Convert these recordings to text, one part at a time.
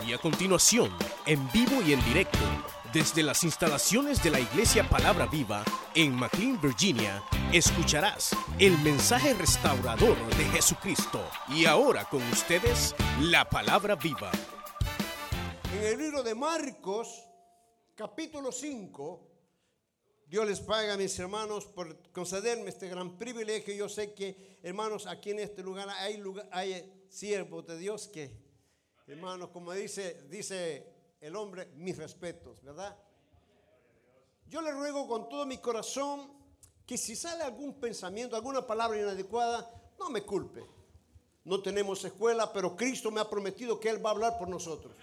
Y a continuación, en vivo y en directo, desde las instalaciones de la Iglesia Palabra Viva en McLean, Virginia, escucharás el mensaje restaurador de Jesucristo. Y ahora con ustedes, la Palabra Viva. En el libro de Marcos, capítulo 5, Dios les paga a mis hermanos por concederme este gran privilegio. Yo sé que, hermanos, aquí en este lugar hay siervos de Dios que, hermanos, como dice el hombre, mis respetos, ¿verdad? Yo le ruego con todo mi corazón que si sale algún pensamiento, alguna palabra inadecuada, no me culpe. No tenemos escuela, pero Cristo me ha prometido que Él va a hablar por nosotros.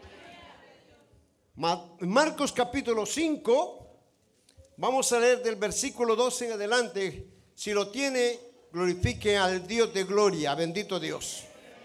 Marcos capítulo 5, vamos a leer del versículo 12 en adelante. Si lo tiene, glorifique al Dios de gloria, bendito Dios.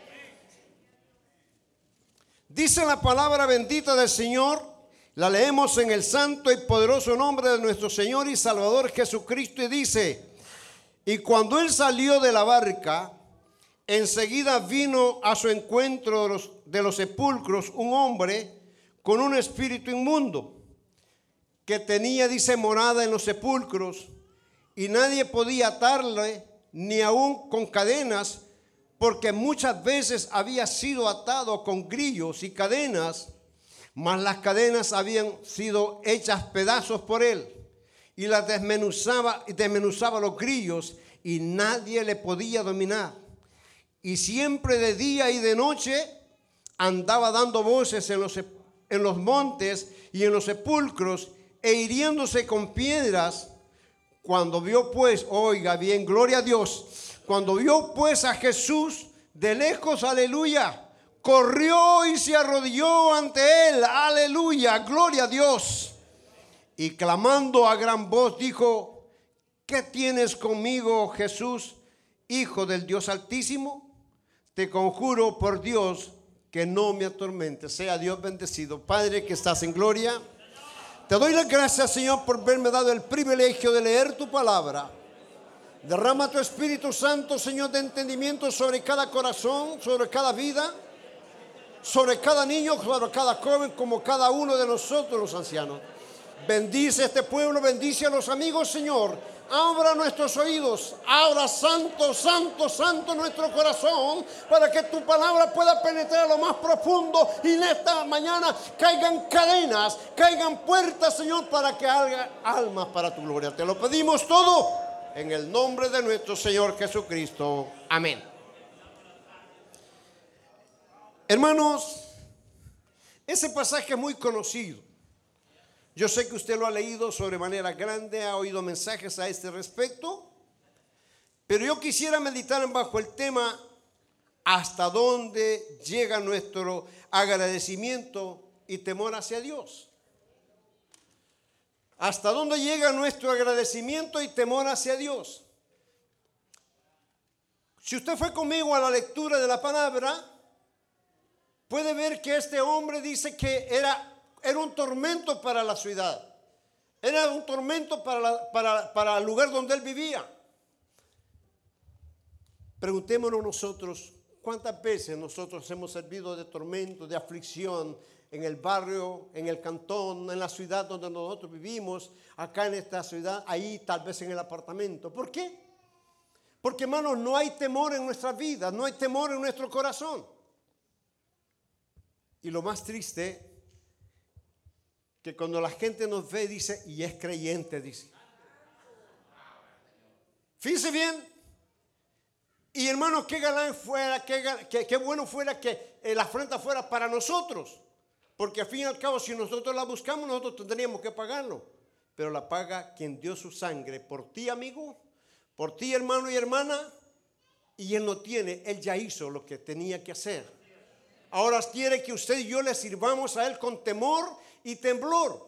Dice la palabra bendita del Señor, la leemos en el santo y poderoso nombre de nuestro Señor y Salvador Jesucristo, y dice: y cuando Él salió de la barca, enseguida vino a su encuentro de los sepulcros un hombre con un espíritu inmundo, que tenía, dice, morada en los sepulcros, y nadie podía atarle, ni aun con cadenas, porque muchas veces había sido atado con grillos y cadenas, mas las cadenas habían sido hechas pedazos por él, y las desmenuzaba los grillos, y nadie le podía dominar. Y siempre de día y de noche andaba dando voces en los montes y en los sepulcros, e hiriéndose con piedras. Cuando vio pues, oiga bien, gloria a Dios, cuando vio pues a Jesús de lejos, aleluya, corrió y se arrodilló ante él, aleluya, gloria a Dios, y clamando a gran voz dijo: ¿qué tienes conmigo, Jesús, Hijo del Dios Altísimo? Te conjuro por Dios que no me atormentes. Sea Dios bendecido. Padre que estás en gloria, te doy las gracias, Señor, por haberme dado el privilegio de leer tu palabra. Derrama tu Espíritu Santo, Señor, de entendimiento sobre cada corazón, sobre cada vida, sobre cada niño, sobre cada joven, como cada uno de nosotros los ancianos. Bendice este pueblo, bendice a los amigos, Señor. Abra nuestros oídos, abra, santo, santo, santo, nuestro corazón, para que tu palabra pueda penetrar a lo más profundo, y en esta mañana caigan cadenas, caigan puertas, Señor, para que haga almas para tu gloria. Te lo pedimos todo en el nombre de nuestro Señor Jesucristo. Amén. Hermanos, ese pasaje es muy conocido. Yo sé que usted lo ha leído sobremanera grande, ha oído mensajes a este respecto, pero yo quisiera meditar bajo el tema: ¿hasta dónde llega nuestro agradecimiento y temor hacia Dios? ¿Hasta dónde llega nuestro agradecimiento y temor hacia Dios? Si usted fue conmigo a la lectura de la palabra, puede ver que este hombre dice que era un tormento para la ciudad. Era un tormento para el lugar donde él vivía. Preguntémonos nosotros, ¿cuántas veces nosotros hemos servido de tormento, de aflicción en el barrio, en el cantón, en la ciudad donde nosotros vivimos, acá en esta ciudad, ahí tal vez en el apartamento? ¿Por qué? Porque, hermanos, no hay temor en nuestra vida, no hay temor en nuestro corazón. Y lo más triste, que cuando la gente nos ve, dice, y es creyente, dice. Fíjese bien. Y hermanos, qué galán fuera, qué bueno fuera que la afrenta fuera para nosotros. Porque al fin y al cabo, si nosotros la buscamos, nosotros tendríamos que pagarlo. Pero la paga quien dio su sangre por ti, amigo, por ti, hermano y hermana. Y Él no tiene, Él ya hizo lo que tenía que hacer. Ahora quiere que usted y yo le sirvamos a Él con temor y temblor.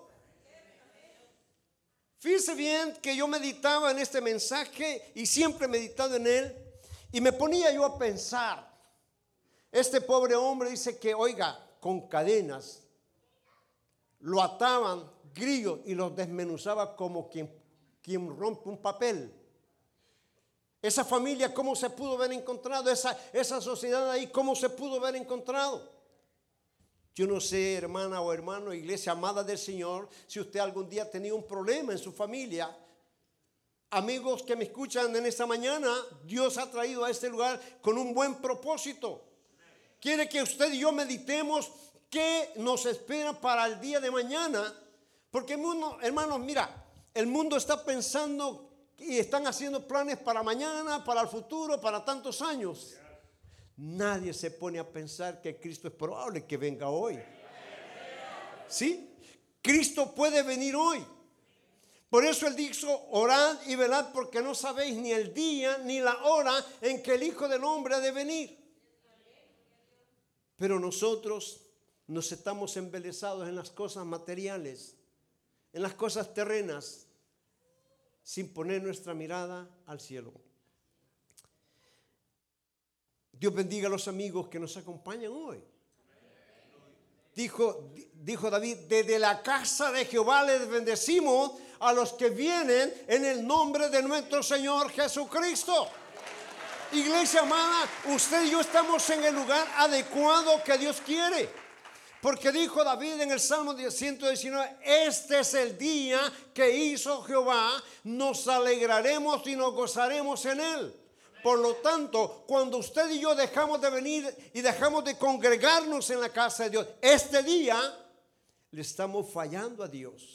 Fíjese bien que yo meditaba en este mensaje y siempre he meditado en él, y me ponía yo a pensar. Este pobre hombre dice que, oiga, con cadenas lo ataban, grillos, y los desmenuzaba como quien rompe un papel. Esa familia, ¿cómo se pudo haber encontrado? Esa sociedad ahí, ¿cómo se pudo haber encontrado? Yo no sé, hermana o hermano, iglesia amada del Señor, si usted algún día ha tenido un problema en su familia. Amigos que me escuchan en esta mañana, Dios ha traído a este lugar con un buen propósito. Quiere que usted y yo meditemos qué nos espera para el día de mañana. Porque el mundo, hermanos, mira, el mundo está pensando y están haciendo planes para mañana, para el futuro, para tantos años. Nadie se pone a pensar que Cristo es probable que venga hoy. ¿Sí? Cristo puede venir hoy. Por eso Él dijo, orad y velad porque no sabéis ni el día ni la hora en que el Hijo del Hombre ha de venir. Pero nosotros nos estamos embelesados en las cosas materiales, en las cosas terrenas, sin poner nuestra mirada al cielo. Dios bendiga a los amigos que nos acompañan hoy. Dijo David, desde la casa de Jehová les bendecimos a los que vienen en el nombre de nuestro Señor Jesucristo. Iglesia amada, usted y yo estamos en el lugar adecuado que Dios quiere. Porque dijo David en el Salmo 119, este es el día que hizo Jehová, nos alegraremos y nos gozaremos en él. Por lo tanto, cuando usted y yo dejamos de venir y dejamos de congregarnos en la casa de Dios, este día le estamos fallando a Dios.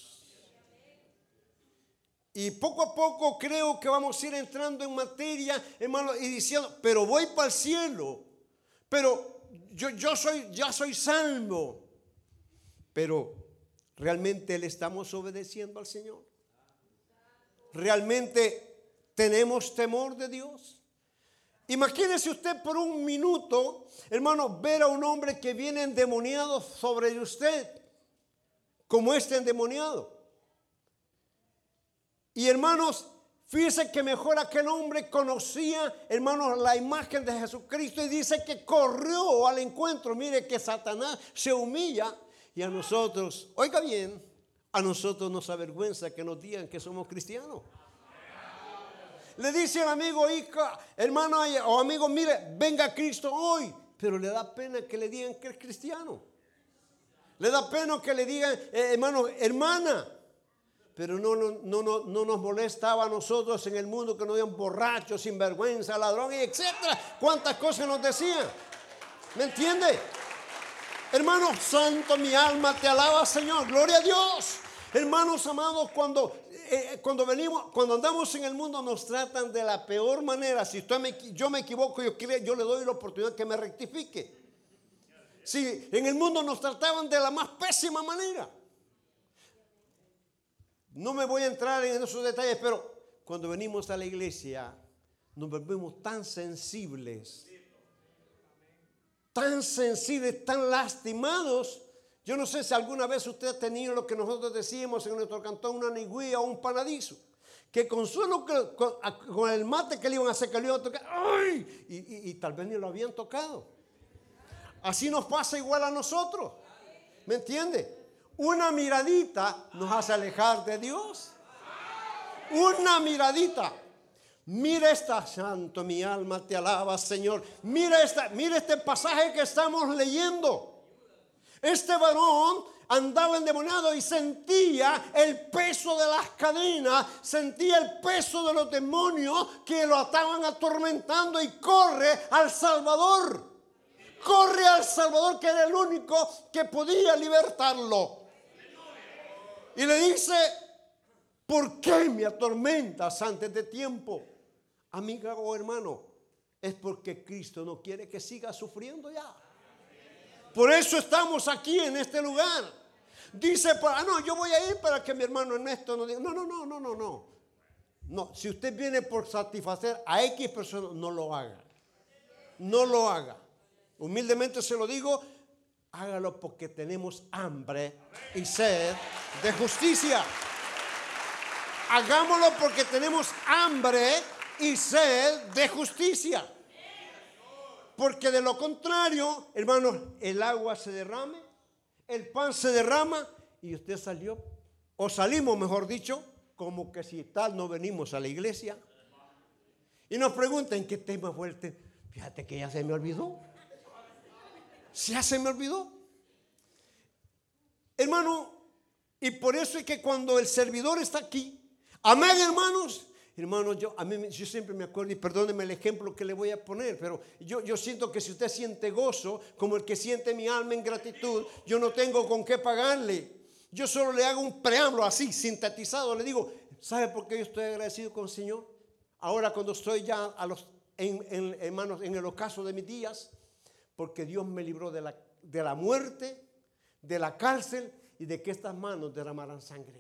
Y poco a poco creo que vamos a ir entrando en materia, hermano, y diciendo, pero voy para el cielo, pero ya soy salvo. Pero ¿realmente le estamos obedeciendo al Señor? ¿Realmente tenemos temor de Dios? Imagínese usted por un minuto, hermano, ver a un hombre que viene endemoniado sobre usted, como este endemoniado. Y hermanos, fíjese que mejor aquel hombre conocía, hermanos, la imagen de Jesucristo y dice que corrió al encuentro. Mire que Satanás se humilla y a nosotros, oiga bien, a nosotros nos avergüenza que nos digan que somos cristianos. Le dice al amigo, hija, hermano o amigo, mire, venga a Cristo hoy. Pero le da pena que le digan que es cristiano. Le da pena que le digan, hermano, hermana. Pero no nos molestaba a nosotros en el mundo que nos digan borrachos, sinvergüenza, ladrón, y etcétera. Cuántas cosas nos decían. ¿Me entiende? Hermano santo, mi alma te alaba, Señor. Gloria a Dios. Hermanos amados, cuando andamos en el mundo nos tratan de la peor manera. Si yo me equivoco, yo le doy la oportunidad que me rectifique. Si en el mundo nos trataban de la más pésima manera. No me voy a entrar en esos detalles, pero cuando venimos a la iglesia nos volvemos tan sensibles, tan lastimados. Yo no sé si alguna vez usted ha tenido lo que nosotros decíamos en nuestro cantón, una nigüía o un panadizo, que con el mate que le iban a hacer, que le iban a tocar, ¡ay! Y tal vez ni lo habían tocado. Así nos pasa igual a nosotros. ¿Me entiende? Una miradita nos hace alejar de Dios. Una miradita. Mira esta, santo, mi alma te alaba, Señor. Mira este pasaje que estamos leyendo. Este varón andaba endemoniado y sentía el peso de las cadenas, sentía el peso de los demonios que lo estaban atormentando y corre al Salvador. Corre al Salvador, que era el único que podía libertarlo. Y le dice, ¿por qué me atormentas antes de tiempo? Amiga o hermano, es porque Cristo no quiere que siga sufriendo ya. Por eso estamos aquí en este lugar. Dice, no, yo voy a ir para que mi hermano Ernesto no diga. No. No, si usted viene por satisfacer a X personas, no lo haga. No lo haga. Humildemente se lo digo, hágalo porque tenemos hambre y sed de justicia. Hagámoslo porque tenemos hambre y sed de justicia. Porque de lo contrario, hermanos, el agua se derrame, el pan se derrama y usted salió, o salimos, mejor dicho, como que si tal no venimos a la iglesia. Y nos preguntan, ¿qué tema fue el tema? Fíjate que ya se me olvidó. Ya se me olvidó. Hermano, y por eso es que cuando el servidor está aquí, amén, hermanos. Hermanos, yo siempre me acuerdo, y perdónenme el ejemplo que le voy a poner, pero yo siento que si usted siente gozo, como el que siente mi alma en gratitud, yo no tengo con qué pagarle. Yo solo le hago un preámbulo así, sintetizado. Le digo, ¿sabe por qué yo estoy agradecido con el Señor? Ahora cuando estoy ya hermanos, en el ocaso de mis días, porque Dios me libró de la muerte, de la cárcel y de que estas manos derramaran sangre.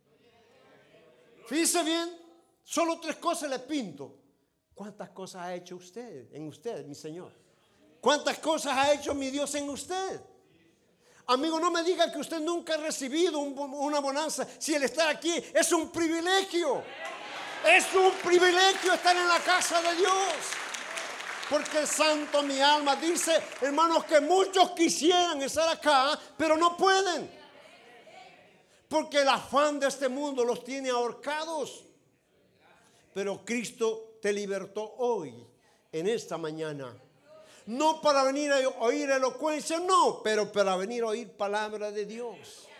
Fíjese bien. Solo 3 cosas le pinto. ¿Cuántas cosas ha hecho usted en usted, mi Señor? ¿Cuántas cosas ha hecho mi Dios en usted? Amigo, no me diga que usted nunca ha recibido una bonanza. Si el estar aquí es un privilegio. Es un privilegio estar en la casa de Dios. Porque santo mi alma dice, hermanos, que muchos quisieran estar acá, pero no pueden. Porque el afán de este mundo los tiene ahorcados. Pero Cristo te libertó hoy, en esta mañana. No para venir a oír elocuencia, no, pero para venir a oír palabra de Dios.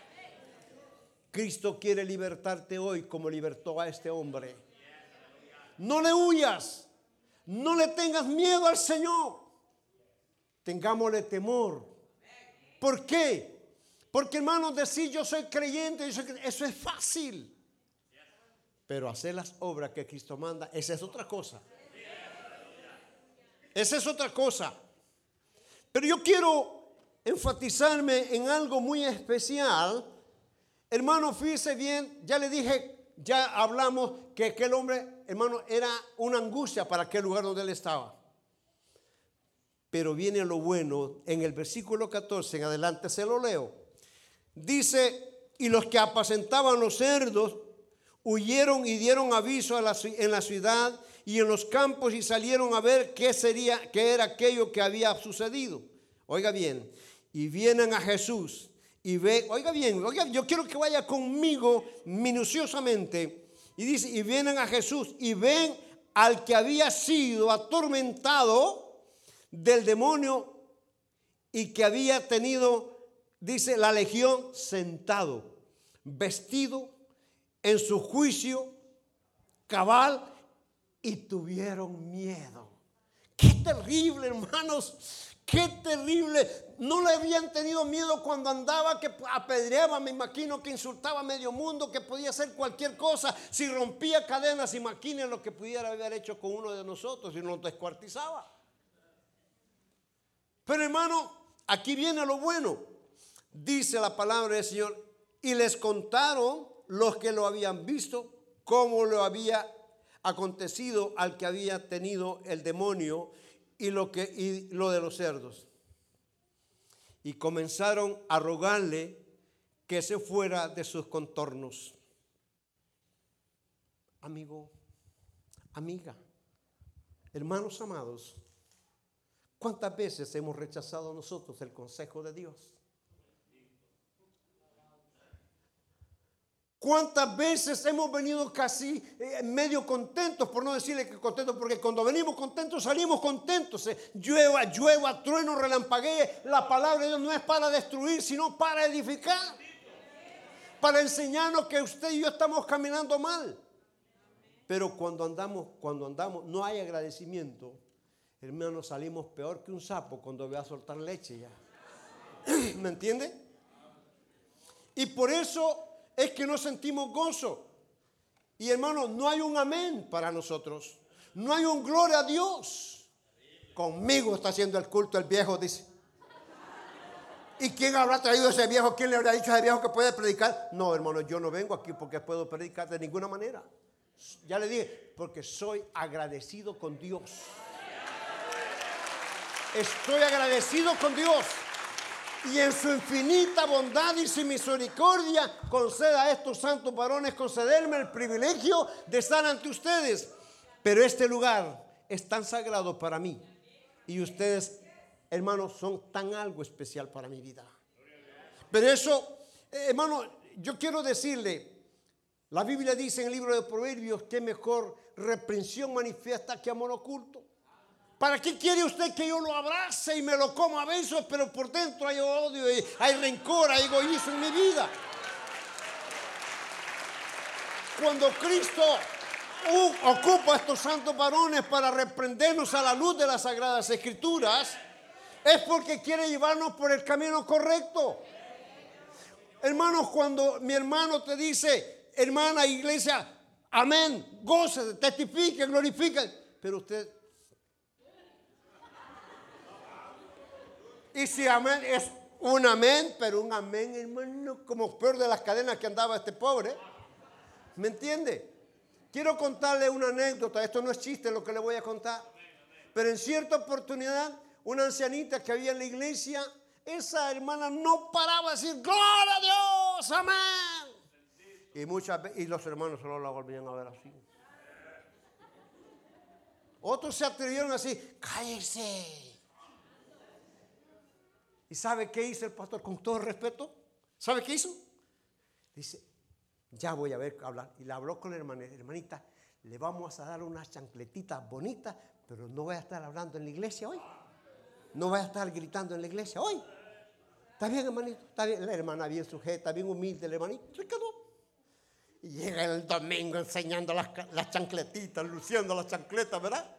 Cristo quiere libertarte hoy como libertó a este hombre. No le huyas, no le tengas miedo al Señor. Tengámosle temor. ¿Por qué? Porque, hermanos, decir yo soy creyente, eso es fácil. Pero hacer las obras que Cristo manda, esa es otra cosa. Esa es otra cosa. Pero yo quiero enfatizarme en algo muy especial. Hermano, fíjese bien, ya le dije, ya hablamos que aquel hombre, hermano, era una angustia para aquel lugar donde él estaba. Pero viene lo bueno, en el versículo 14, en adelante se lo leo. Dice, y los que apacentaban los cerdos huyeron y dieron aviso en la ciudad y en los campos y salieron a ver qué era aquello que había sucedido. Oiga bien, y vienen a Jesús y oiga bien, yo quiero que vaya conmigo minuciosamente. Y dice, y vienen a Jesús y ven al que había sido atormentado del demonio y que había tenido, dice, la legión sentado, vestido en su juicio cabal, y tuvieron miedo. Qué terrible, hermanos, qué terrible. No le habían tenido miedo cuando andaba, que apedreaba, me imagino que insultaba a medio mundo, que podía hacer cualquier cosa. Si rompía cadenas, imaginen lo que pudiera haber hecho con uno de nosotros si nos descuartizaba. Pero, hermano, aquí viene lo bueno. Dice la palabra del Señor, y les contaron los que lo habían visto, cómo lo había acontecido al que había tenido el demonio y lo de los cerdos. Y comenzaron a rogarle que se fuera de sus contornos. Amigo, amiga, hermanos amados, ¿cuántas veces hemos rechazado nosotros el consejo de Dios? ¿Cuántas veces hemos venido casi medio contentos, por no decirle que contentos, porque cuando venimos contentos salimos contentos? Llueva, trueno, relampaguee. La palabra de Dios no es para destruir, sino para edificar. Para enseñarnos que usted y yo estamos caminando mal. Pero cuando andamos, no hay agradecimiento. Hermanos, salimos peor que un sapo cuando va a soltar leche ya. ¿Me entiende? Y por eso es que no sentimos gozo. Y hermanos, no hay un amén para nosotros. No hay un gloria a Dios. Conmigo está haciendo el culto el viejo, dice. ¿Y quién habrá traído a ese viejo? ¿Quién le habrá dicho a ese viejo que puede predicar? No, hermano, yo no vengo aquí porque puedo predicar de ninguna manera. Ya le dije, porque soy agradecido con Dios. Estoy agradecido con Dios. Y en su infinita bondad y su misericordia conceda a estos santos varones concederme el privilegio de estar ante ustedes. Pero este lugar es tan sagrado para mí. Y ustedes, hermanos, son tan algo especial para mi vida. Pero eso, hermano, yo quiero decirle, la Biblia dice en el libro de Proverbios que mejor reprensión manifiesta que amor oculto. ¿Para qué quiere usted que yo lo abrace y me lo coma a besos, pero por dentro hay odio, y hay rencor, hay egoísmo en mi vida? Cuando Cristo ocupa a estos santos varones para reprendernos a la luz de las Sagradas Escrituras, es porque quiere llevarnos por el camino correcto. Hermanos, cuando mi hermano te dice, hermana, iglesia, amén, gócese, testifique, glorifique, pero usted... Y si amén es un amén, pero un amén, hermano, como peor de las cadenas que andaba este pobre. ¿Me entiende? Quiero contarle una anécdota. Esto no es chiste lo que le voy a contar. Pero en cierta oportunidad, una ancianita que había en la iglesia, esa hermana no paraba de decir, ¡gloria a Dios! ¡Amén! Y los hermanos solo la volvían a ver así. Otros se atrevieron así, ¡cállese! ¿Y sabe qué hizo el pastor? Con todo respeto, ¿sabe qué hizo? Dice, ya voy a ver hablar. Y le habló con la hermanita, le vamos a dar unas chancletitas bonitas, pero no voy a estar hablando en la iglesia hoy. No voy a estar gritando en la iglesia hoy. ¿Está bien, hermanito? ¿Está bien? La hermana bien sujeta, bien humilde, el hermanito se quedó. Y llega el domingo enseñando las chancletitas, luciendo las chancletas, ¿verdad?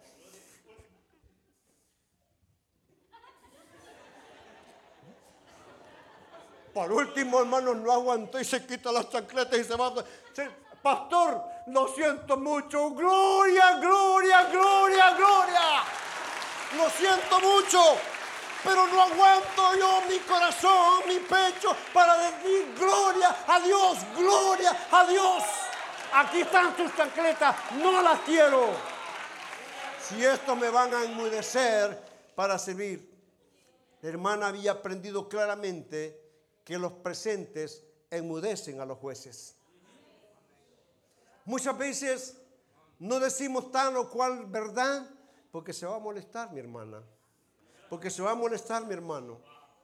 Por último, hermanos, no aguantó y se quita las chancletas y se va. Pastor, lo siento mucho. Gloria, gloria, gloria, gloria. Lo siento mucho, pero no aguanto yo mi corazón, mi pecho para decir gloria a Dios, gloria a Dios. Aquí están tus chancletas, no las quiero. Si esto me van a enmudecer para servir. La hermana había aprendido claramente que los presentes enmudecen a los jueces. Muchas veces no decimos tal o cual verdad porque se va a molestar mi hermana, porque se va a molestar mi hermano.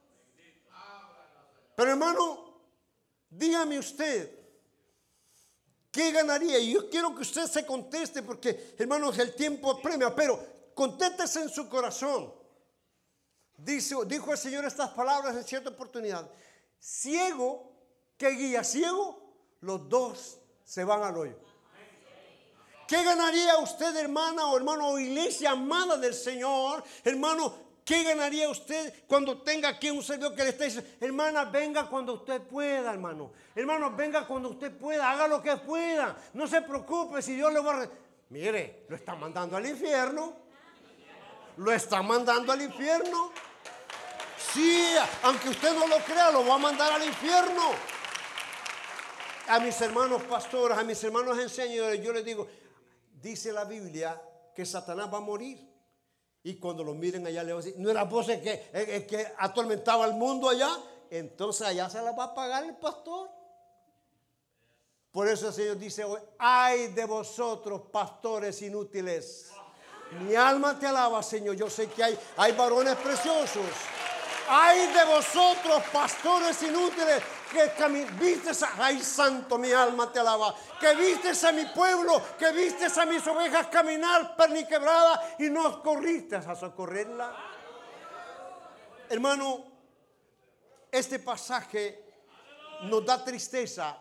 Pero hermano, dígame usted, ¿qué ganaría? Y yo quiero que usted se conteste porque, hermanos, el tiempo apremia, pero contéstese en su corazón. Dijo el Señor estas palabras en cierta oportunidad. Ciego que guía ciego, los dos se van al hoyo. ¿Qué ganaría usted, hermana o hermano o iglesia amada del Señor? Hermano, ¿qué ganaría usted cuando tenga aquí un servidor que le esté diciendo, hermana, venga cuando usted pueda, hermano? Hermano, venga cuando usted pueda, haga lo que pueda. No se preocupe si Dios le va a... Mire, lo está mandando al infierno. Lo está mandando al infierno. Sí, aunque usted no lo crea, lo va a mandar al infierno. A mis hermanos pastores, a mis hermanos enseñadores, yo les digo, dice la Biblia que Satanás va a morir. Y cuando lo miren allá le van a decir, ¿no era vos el que atormentaba al mundo allá? Entonces allá se la va a pagar el pastor. Por eso el Señor dice hoy, ay de vosotros pastores inútiles. Mi alma te alaba, Señor. Yo sé que hay varones preciosos. Ay de vosotros, pastores inútiles, que vistes ay santo, mi alma te alaba, que vistes a mi pueblo, que vistes a mis ovejas caminar perniquebrada y no os corriste a socorrerla. Hermano, este pasaje nos da tristeza.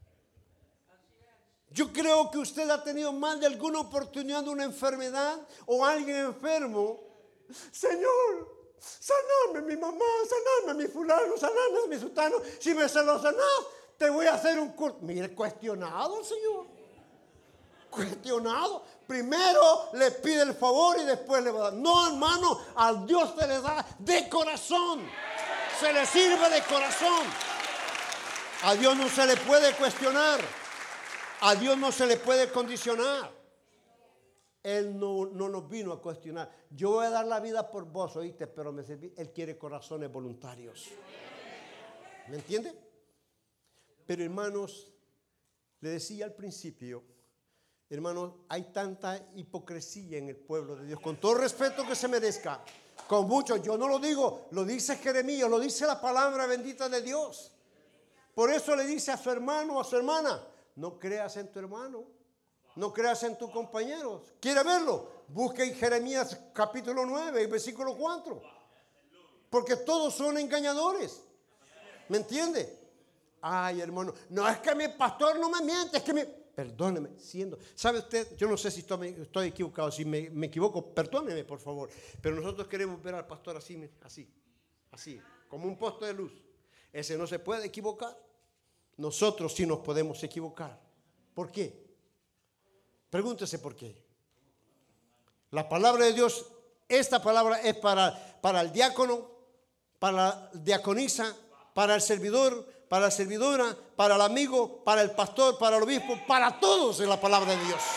Yo creo que usted ha tenido más de alguna oportunidad de una enfermedad o alguien enfermo. Señor, saname mi mamá, saname mi fulano, saname mi sultano. Si me se lo sanás, te voy a hacer un curso. Mire, cuestionado, Señor. Cuestionado. Primero le pide el favor y después le va a dar. No, hermano, al Dios se le da de corazón. Se le sirve de corazón. A Dios no se le puede cuestionar. A Dios no se le puede condicionar. Él no nos vino a cuestionar. Yo voy a dar la vida por vos, oíste, pero Él quiere corazones voluntarios. ¿Me entiende? Pero hermanos, le decía al principio, hermanos, hay tanta hipocresía en el pueblo de Dios. Con todo respeto que se merezca, con mucho, yo no lo digo, lo dice Jeremías, lo dice la palabra bendita de Dios. Por eso le dice a su hermano o a su hermana, no creas en tu hermano. No creas en tus compañeros. ¿Quiere verlo? Busquen Jeremías capítulo 9, versículo 4. Porque todos son engañadores. ¿Me entiende? Ay, hermano, no es que mi pastor no me miente, es que perdóneme, ¿sabe usted? Yo no sé si estoy equivocado, si me equivoco, perdóneme por favor, pero nosotros queremos ver al pastor así, como un poste de luz. Ese no se puede equivocar. Nosotros sí nos podemos equivocar. ¿Por qué? Pregúntese por qué. La palabra de Dios, esta palabra es para el diácono, para la diaconisa, para el servidor, para la servidora, para el amigo, para el pastor, para el obispo, para todos es la palabra de Dios.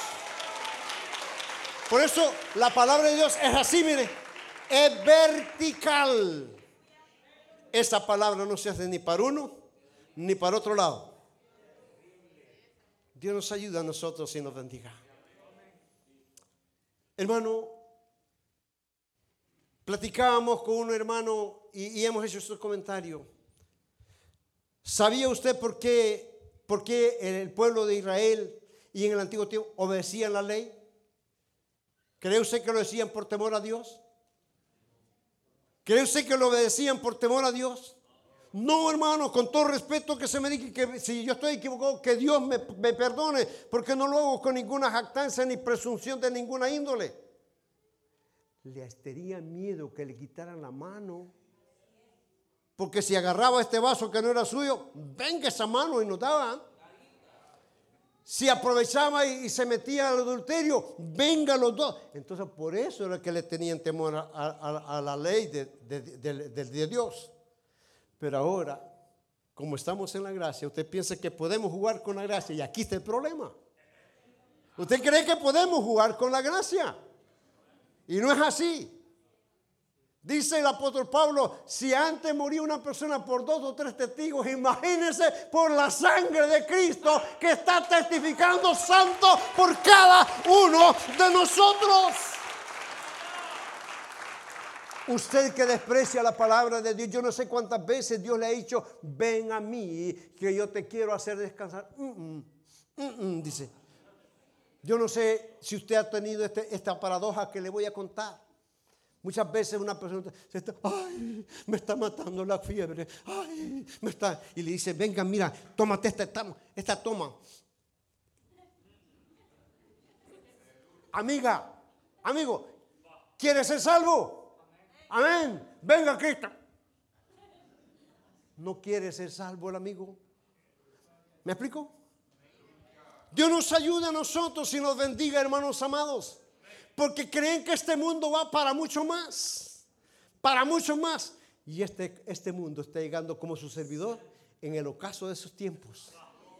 Por eso la palabra de Dios es así, mire, es vertical. Esa palabra no se hace ni para uno ni para otro lado. Dios nos ayuda a nosotros y nos bendiga. Hermano, platicábamos con un hermano y hemos hecho estos comentarios. ¿Sabía usted por qué el pueblo de Israel y en el antiguo tiempo obedecían la ley? ¿Cree usted que lo decían por temor a Dios? ¿Cree usted que lo obedecían por temor a Dios? No, hermano, con todo respeto que se me diga que si yo estoy equivocado, que Dios me perdone, porque no lo hago con ninguna jactancia ni presunción de ninguna índole. Les tenía miedo que le quitaran la mano. Porque si agarraba este vaso que no era suyo, venga esa mano y nos daba. Si aprovechaba y se metía al adulterio, venga los dos. Entonces por eso era que le tenían temor a la ley de Dios. Pero ahora, como estamos en la gracia, usted piensa que podemos jugar con la gracia y aquí está el problema. ¿Usted cree que podemos jugar con la gracia? Y no es así. Dice el apóstol Pablo, si antes moría una persona por 2 o 3 testigos, imagínense por la sangre de Cristo que está testificando santo por cada uno de nosotros. Usted que desprecia la palabra de Dios, yo no sé cuántas veces Dios le ha dicho, ven a mí que yo te quiero hacer descansar. Dice, yo no sé si usted ha tenido esta paradoja que le voy a contar. Muchas veces una persona ay, me está matando la fiebre, ay, y le dice, venga, mira, tómate esta toma. Amiga, amigo, ¿quieres ser salvo? Amén, venga Cristo. ¿No quiere ser salvo el amigo? ¿Me explico? Dios nos ayuda a nosotros y nos bendiga, hermanos amados. Porque creen que este mundo va para mucho más. Para mucho más. Y este mundo está llegando como su servidor en el ocaso de esos tiempos.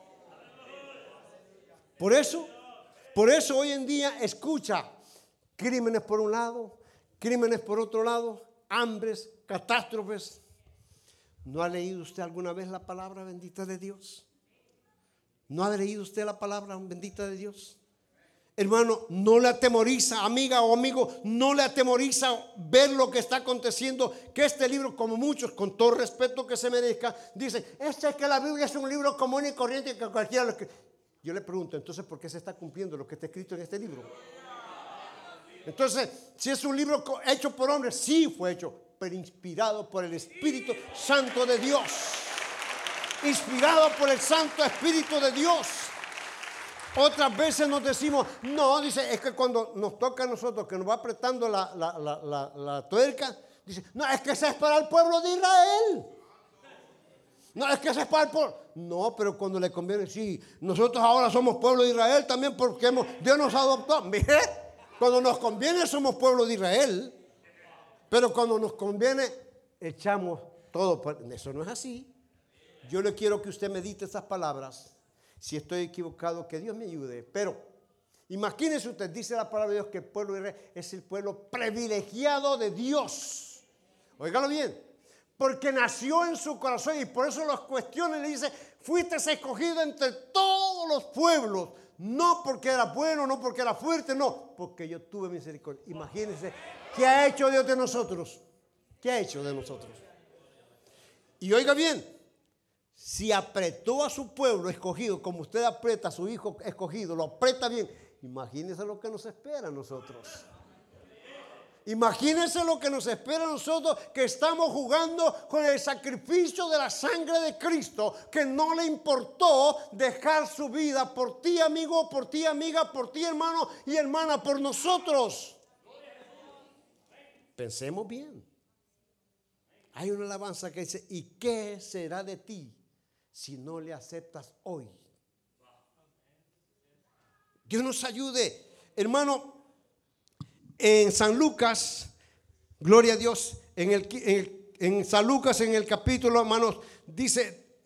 Por eso hoy en día escucha crímenes por un lado, crímenes por otro lado, hambres, catástrofes. ¿No ha leído usted alguna vez la palabra bendita de Dios? ¿No ha leído usted la palabra bendita de Dios? Hermano, no le atemoriza, amiga o amigo, no le atemoriza ver lo que está aconteciendo. Que este libro, como muchos, con todo respeto que se merezca, dicen, es que la Biblia es un libro común y corriente que cualquiera lo que... Yo le pregunto, entonces, ¿por qué se está cumpliendo lo que está escrito en este libro? Entonces, si es un libro hecho por hombres, sí fue hecho, pero inspirado por el Espíritu Santo de Dios. Inspirado por el Santo Espíritu de Dios. Otras veces nos decimos, no, dice, es que cuando nos toca a nosotros, que nos va apretando la tuerca, dice, no, es que ese es para el pueblo de Israel. No, es que ese es para el pueblo. No, pero cuando le conviene, sí, nosotros ahora somos pueblo de Israel también porque Dios nos adoptó. Mire, cuando nos conviene somos pueblo de Israel, pero cuando nos conviene echamos todo. Eso no es así. Yo le quiero que usted medite estas palabras. Si estoy equivocado, que Dios me ayude. Pero imagínese usted, dice la palabra de Dios que el pueblo de Israel es el pueblo privilegiado de Dios. Óigalo bien. Porque nació en su corazón y por eso los cuestiona y le dice, fuiste escogido entre todos los pueblos. No porque era bueno, no porque era fuerte, no, porque yo tuve misericordia. Imagínense, ¿qué ha hecho Dios de nosotros? ¿Qué ha hecho de nosotros? Y oiga bien. Si apretó a su pueblo escogido, como usted aprieta a su hijo escogido, lo aprieta bien, imagínese lo que nos espera a nosotros. Imagínense lo que nos espera a nosotros, que estamos jugando con el sacrificio de la sangre de Cristo, que no le importó dejar su vida por ti, amigo, por ti, amiga, por ti, hermano y hermana, por nosotros. Pensemos bien. Hay una alabanza que dice: ¿y qué será de ti si no le aceptas hoy? Dios nos ayude, hermano. En San Lucas, gloria a Dios, en San Lucas, en el capítulo, hermanos, dice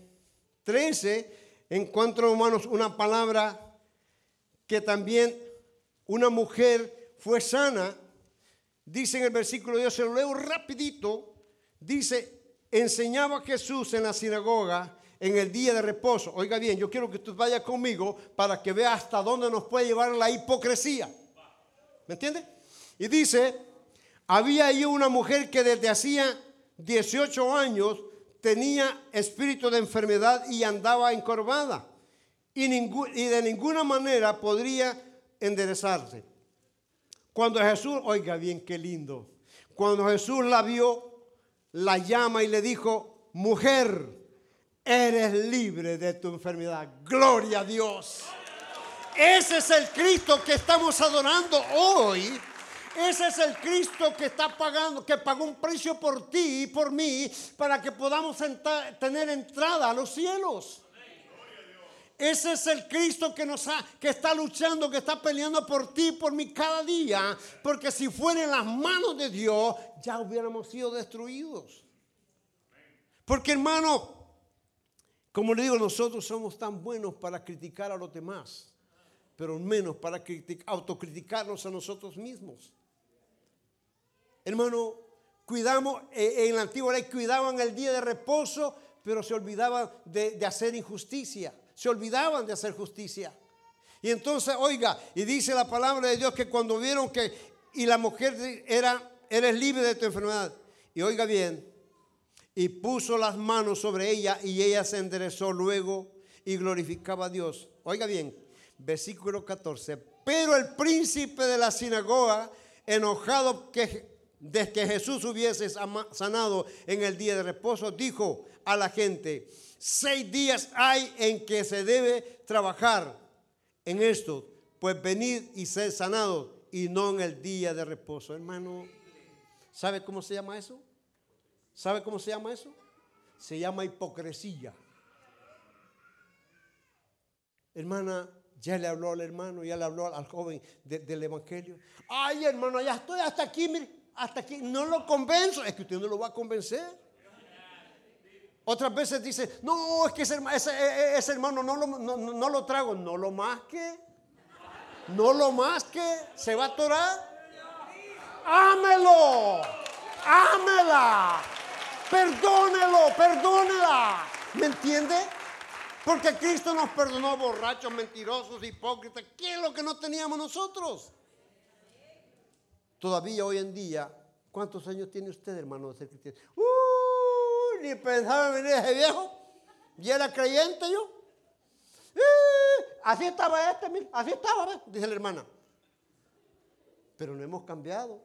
13, encuentro, hermanos, una palabra que también una mujer fue sana. Dice en el versículo 10, se lo leo rapidito, dice: enseñaba Jesús en la sinagoga en el día de reposo. Oiga bien, yo quiero que usted vaya conmigo para que vea hasta dónde nos puede llevar la hipocresía. ¿Me entiende? Y dice: había ahí una mujer que desde hacía 18 años tenía espíritu de enfermedad y andaba encorvada, y de ninguna manera podría enderezarse. Cuando Jesús, oiga bien qué lindo, cuando Jesús la vio, la llama y le dijo: mujer, eres libre de tu enfermedad. Gloria a Dios. Ese es el Cristo que estamos adorando hoy. Ese es el Cristo que está pagando, que pagó un precio por ti y por mí, para que podamos tener entrada a los cielos. Ese es el Cristo que está luchando, que está peleando por ti y por mí cada día, porque si fuera en las manos de Dios, ya hubiéramos sido destruidos. Porque, hermano, como le digo, nosotros somos tan buenos para criticar a los demás, pero menos para autocriticarnos a nosotros mismos. Hermano, cuidamos, en la antigua ley cuidaban el día de reposo, pero se olvidaban de hacer injusticia, se olvidaban de hacer justicia. Y entonces, oiga, y dice la palabra de Dios que cuando vieron y la mujer eres libre de tu enfermedad, y oiga bien, y puso las manos sobre ella, y ella se enderezó luego y glorificaba a Dios. Oiga bien, versículo 14. Pero el príncipe de la sinagoga, enojado de que Jesús hubiese sanado en el día de reposo, dijo a la gente: 6 días hay en que se debe trabajar en esto, pues venid y sed sanados, y no en el día de reposo. Hermano, ¿sabe cómo se llama eso? ¿Sabe cómo se llama eso? Se llama hipocresía. Hermana, ya le habló al hermano, ya le habló al joven del evangelio. Ay, hermano, ya estoy hasta aquí, mire, hasta aquí. No lo convenzo. Es que usted no lo va a convencer. Otras veces dice: no, es que ese hermano no lo trago. No lo masque. No lo masque. Se va a atorar. Ámelo. Ámela. Perdónelo. Perdónela. ¿Me entiende? Porque Cristo nos perdonó borrachos, mentirosos, hipócritas. ¿Qué es lo que no teníamos nosotros? Todavía hoy en día, ¿cuántos años tiene usted, hermano, de ser cristiano? Ni pensaba en venir ese viejo. ¿Y era creyente yo? Así estaba mira, así estaba, ¿ves? Dice la hermana. Pero no hemos cambiado.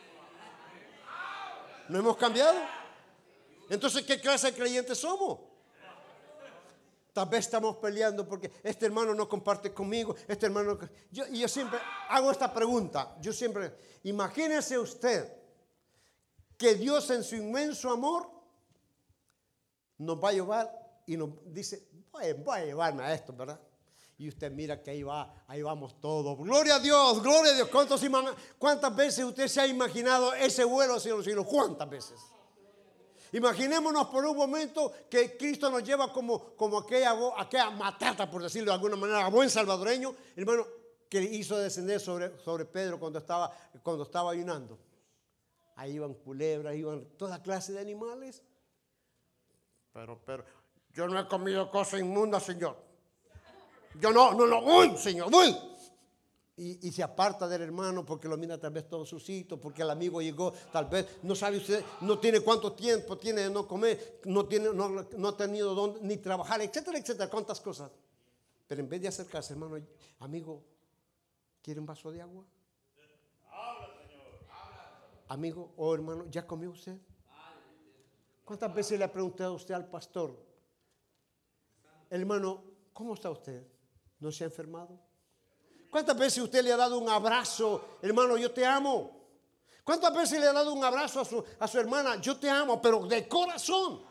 No hemos cambiado. Entonces, ¿qué clase de creyentes somos? Tal vez estamos peleando porque este hermano no comparte conmigo, este hermano. Yo siempre hago esta pregunta. Imagínese usted que Dios en su inmenso amor nos va a llevar y nos dice: voy a llevarme a esto, ¿verdad? Y usted mira que ahí vamos todos. Gloria a Dios, gloria a Dios. ¿Cuántas veces usted se ha imaginado ese vuelo hacia los cielos? ¿Cuántas veces? Imaginémonos por un momento que Cristo nos lleva como aquella matata, por decirlo de alguna manera, a buen salvadoreño, hermano, que hizo descender sobre Pedro cuando estaba ayunando. Ahí iban culebras, iban toda clase de animales. Pero yo no he comido cosas inmundas, Señor. Yo no, uy, Señor, uy. Y se aparta del hermano porque lo mira tal vez todo sucito, porque el amigo llegó, tal vez, no sabe usted, no tiene cuánto tiempo tiene de no comer, no ha tenido dónde ni trabajar, etcétera, etcétera, cuántas cosas. Pero en vez de acercarse, hermano, amigo, ¿quiere un vaso de agua? Amigo o hermano, ¿ya comió usted? ¿Cuántas veces le ha preguntado usted al pastor, hermano, ¿cómo está usted? ¿No se ha enfermado? ¿Cuántas veces usted le ha dado un abrazo, hermano, yo te amo? ¿Cuántas veces le ha dado un abrazo a su hermana, yo te amo, pero de corazón?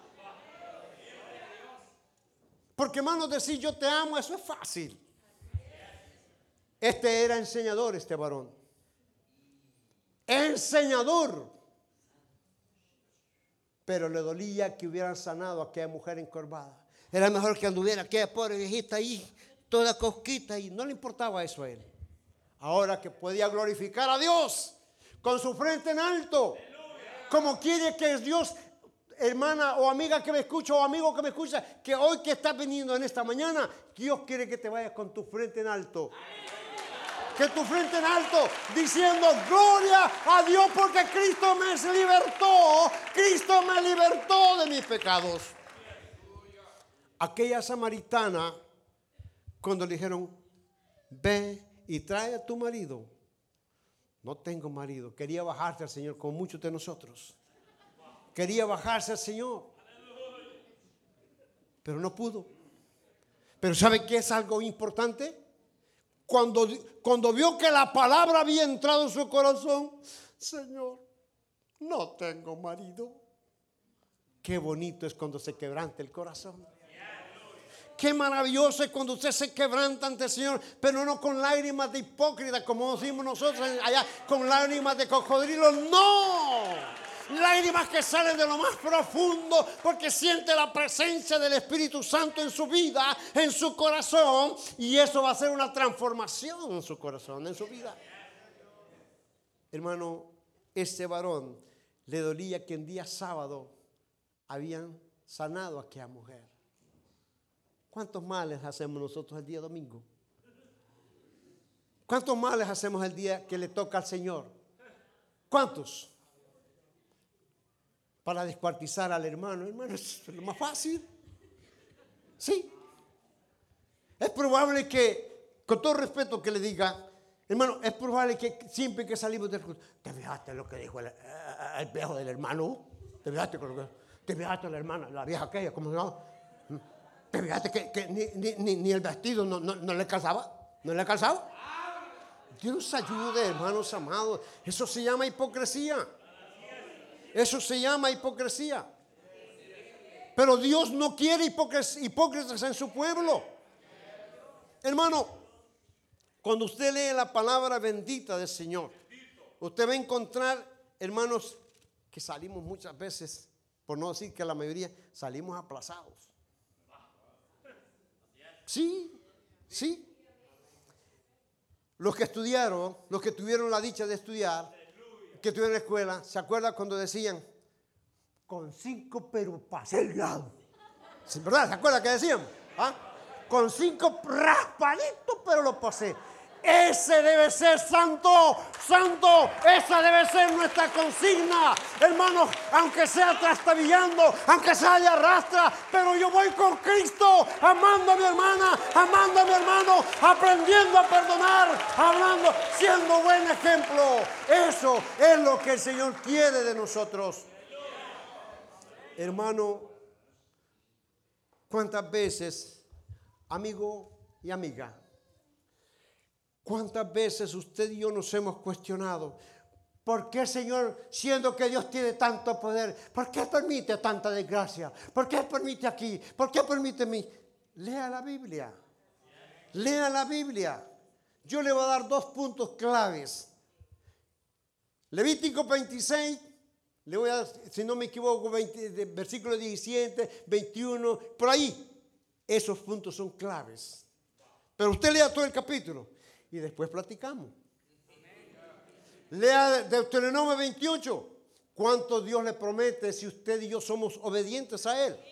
Porque, hermano, decir yo te amo, eso es fácil. Este era enseñador, este varón. Enseñador. Pero le dolía que hubieran sanado a aquella mujer encorvada. Era mejor que anduviera aquella pobre viejita ahí, toda cosquita, y no le importaba eso a él. Ahora que podía glorificar a Dios con su frente en alto, como quiere que Dios, hermana o amiga que me escucha o amigo que me escucha, que hoy que estás viniendo en esta mañana, Dios quiere que te vayas con tu frente en alto. Que tu frente en alto, diciendo gloria a Dios porque Cristo me libertó. Cristo me libertó de mis pecados. Aquella samaritana, cuando le dijeron, ve y trae a tu marido. No tengo marido. Quería bajarse al Señor, como muchos de nosotros. Quería bajarse al Señor, pero no pudo. Pero ¿sabe qué es algo importante? Cuando vio que la palabra había entrado en su corazón, Señor, no tengo marido. Qué bonito es cuando se quebranta el corazón. Qué maravilloso es cuando usted se quebranta ante el Señor, pero no con lágrimas de hipócrita, como decimos nosotros allá, con lágrimas de cocodrilo. No. Lágrimas que salen de lo más profundo porque siente la presencia del Espíritu Santo en su vida, en su corazón, y eso va a hacer una transformación en su corazón, en su vida. Hermano, este varón le dolía que en día sábado habían sanado a aquella mujer. ¿Cuántos males hacemos nosotros el día domingo? ¿Cuántos males hacemos el día que le toca al Señor? ¿Cuántos? Para descuartizar al hermano. Hermano, es lo más fácil. Sí. Es probable que, con todo respeto que le diga, hermano, es probable que siempre que salimos del culto, ¿te fijaste lo que dijo el viejo del hermano? ¿Te fijaste la hermana, la vieja aquella, cómo se llama? ¿Te fijaste que ni el vestido no le calzaba? ¿No le calzaba? Dios ayude, hermanos amados. Eso se llama hipocresía. Eso se llama hipocresía. Pero Dios no quiere hipócritas en su pueblo. Hermano, cuando usted lee la palabra bendita del Señor, usted va a encontrar, hermanos, que salimos muchas veces, por no decir que la mayoría, salimos aplazados. Sí. Los que estudiaron, los que tuvieron la dicha de estudiar, que tuvieron la escuela, ¿se acuerdan cuando decían? Con 5 pero pasé el grado. ¿Verdad? ¿Se acuerdan que decían? ¿Ah? Con 5 raspaditos pero lo pasé. Ese debe ser santo. Esa debe ser nuestra consigna. Hermanos, aunque sea trastabillando, aunque sea de arrastra, pero yo voy con Cristo, amando a mi hermana, amando a mi hermano, aprendiendo a perdonar, hablando, siendo buen ejemplo. Eso es lo que el Señor quiere de nosotros. Hermano, ¿cuántas veces, amigo y amiga, cuántas veces usted y yo nos hemos cuestionado? ¿Por qué, Señor, siendo que Dios tiene tanto poder, por qué permite tanta desgracia? ¿Por qué permite aquí? ¿Por qué permite mí? Lea la Biblia. Lea la Biblia. Yo le voy a dar 2 puntos claves. Levítico 26, le voy a dar, si no me equivoco, versículo 17, 21, por ahí. Esos puntos son claves. Pero usted lea todo el capítulo y después platicamos. Lea Deuteronomio 28. ¿Cuánto Dios le promete si usted y yo somos obedientes a Él?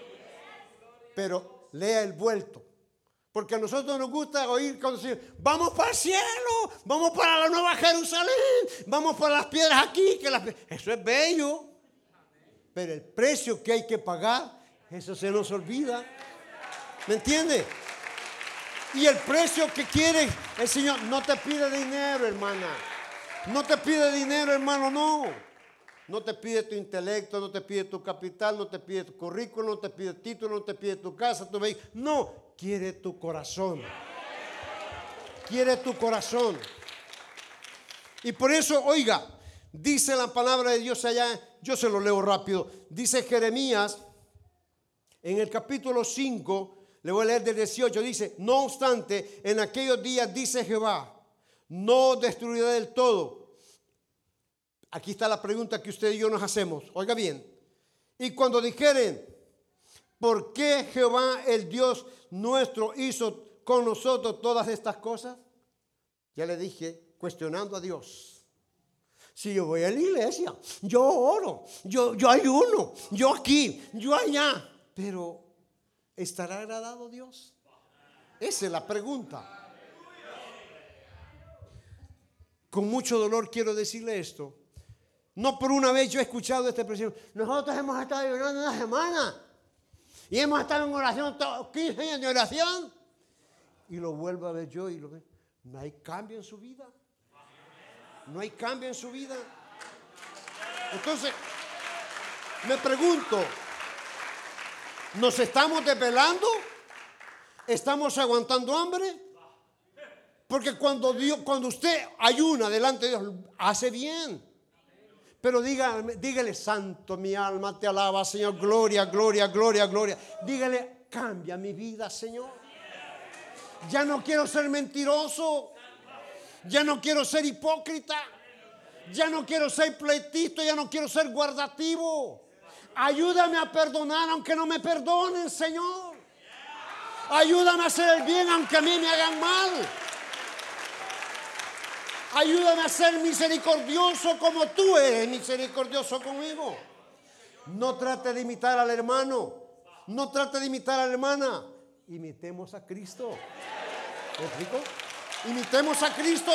Pero lea el vuelto. Porque a nosotros nos gusta oír cuando dicen, vamos para el cielo, vamos para la Nueva Jerusalén, vamos para las piedras aquí. Eso es bello. Pero el precio que hay que pagar, eso se nos olvida. ¿Me entiende? Y el precio que quiere el Señor no te pide dinero, hermana. No te pide dinero, hermano, no. No te pide tu intelecto, no te pide tu capital, no te pide tu currículum, no te pide título, no te pide tu casa, tu vehículo. No, quiere tu corazón. Quiere tu corazón. Y por eso, oiga, dice la palabra de Dios allá, yo se lo leo rápido. Dice Jeremías, en el capítulo 5, le voy a leer del 18, dice: no obstante, en aquellos días, dice Jehová, no destruiré del todo. Aquí está la pregunta que usted y yo nos hacemos. Oiga bien. Y cuando dijeren: ¿por qué Jehová el Dios nuestro hizo con nosotros todas estas cosas? Ya le dije, cuestionando a Dios. Si yo voy a la iglesia, yo oro, yo ayuno, yo aquí, yo allá. Pero ¿estará agradado Dios? Esa es la pregunta. Con mucho dolor quiero decirle esto. No por una vez yo he escuchado esta expresión. Nosotros hemos estado ayunando una semana y hemos estado en oración 15 años de oración. Y lo vuelvo a ver yo y lo veo. No hay cambio en su vida. No hay cambio en su vida. Entonces, me pregunto, ¿nos estamos desvelando? ¿Estamos aguantando hambre? Porque cuando usted ayuna delante de Dios, hace bien. Pero dígale: santo, mi alma te alaba, Señor. Gloria, gloria, gloria, gloria. Dígale: cambia mi vida, Señor. Ya no quiero ser mentiroso. Ya no quiero ser hipócrita. Ya no quiero ser pleitito. Ya no quiero ser guardativo. Ayúdame a perdonar aunque no me perdonen, Señor. Ayúdame a hacer el bien aunque a mí me hagan mal. Ayúdame a ser misericordioso como tú eres misericordioso conmigo. No trate de imitar al hermano. No trate de imitar a la hermana. Imitemos a Cristo. ¿Me explico? Imitemos a Cristo.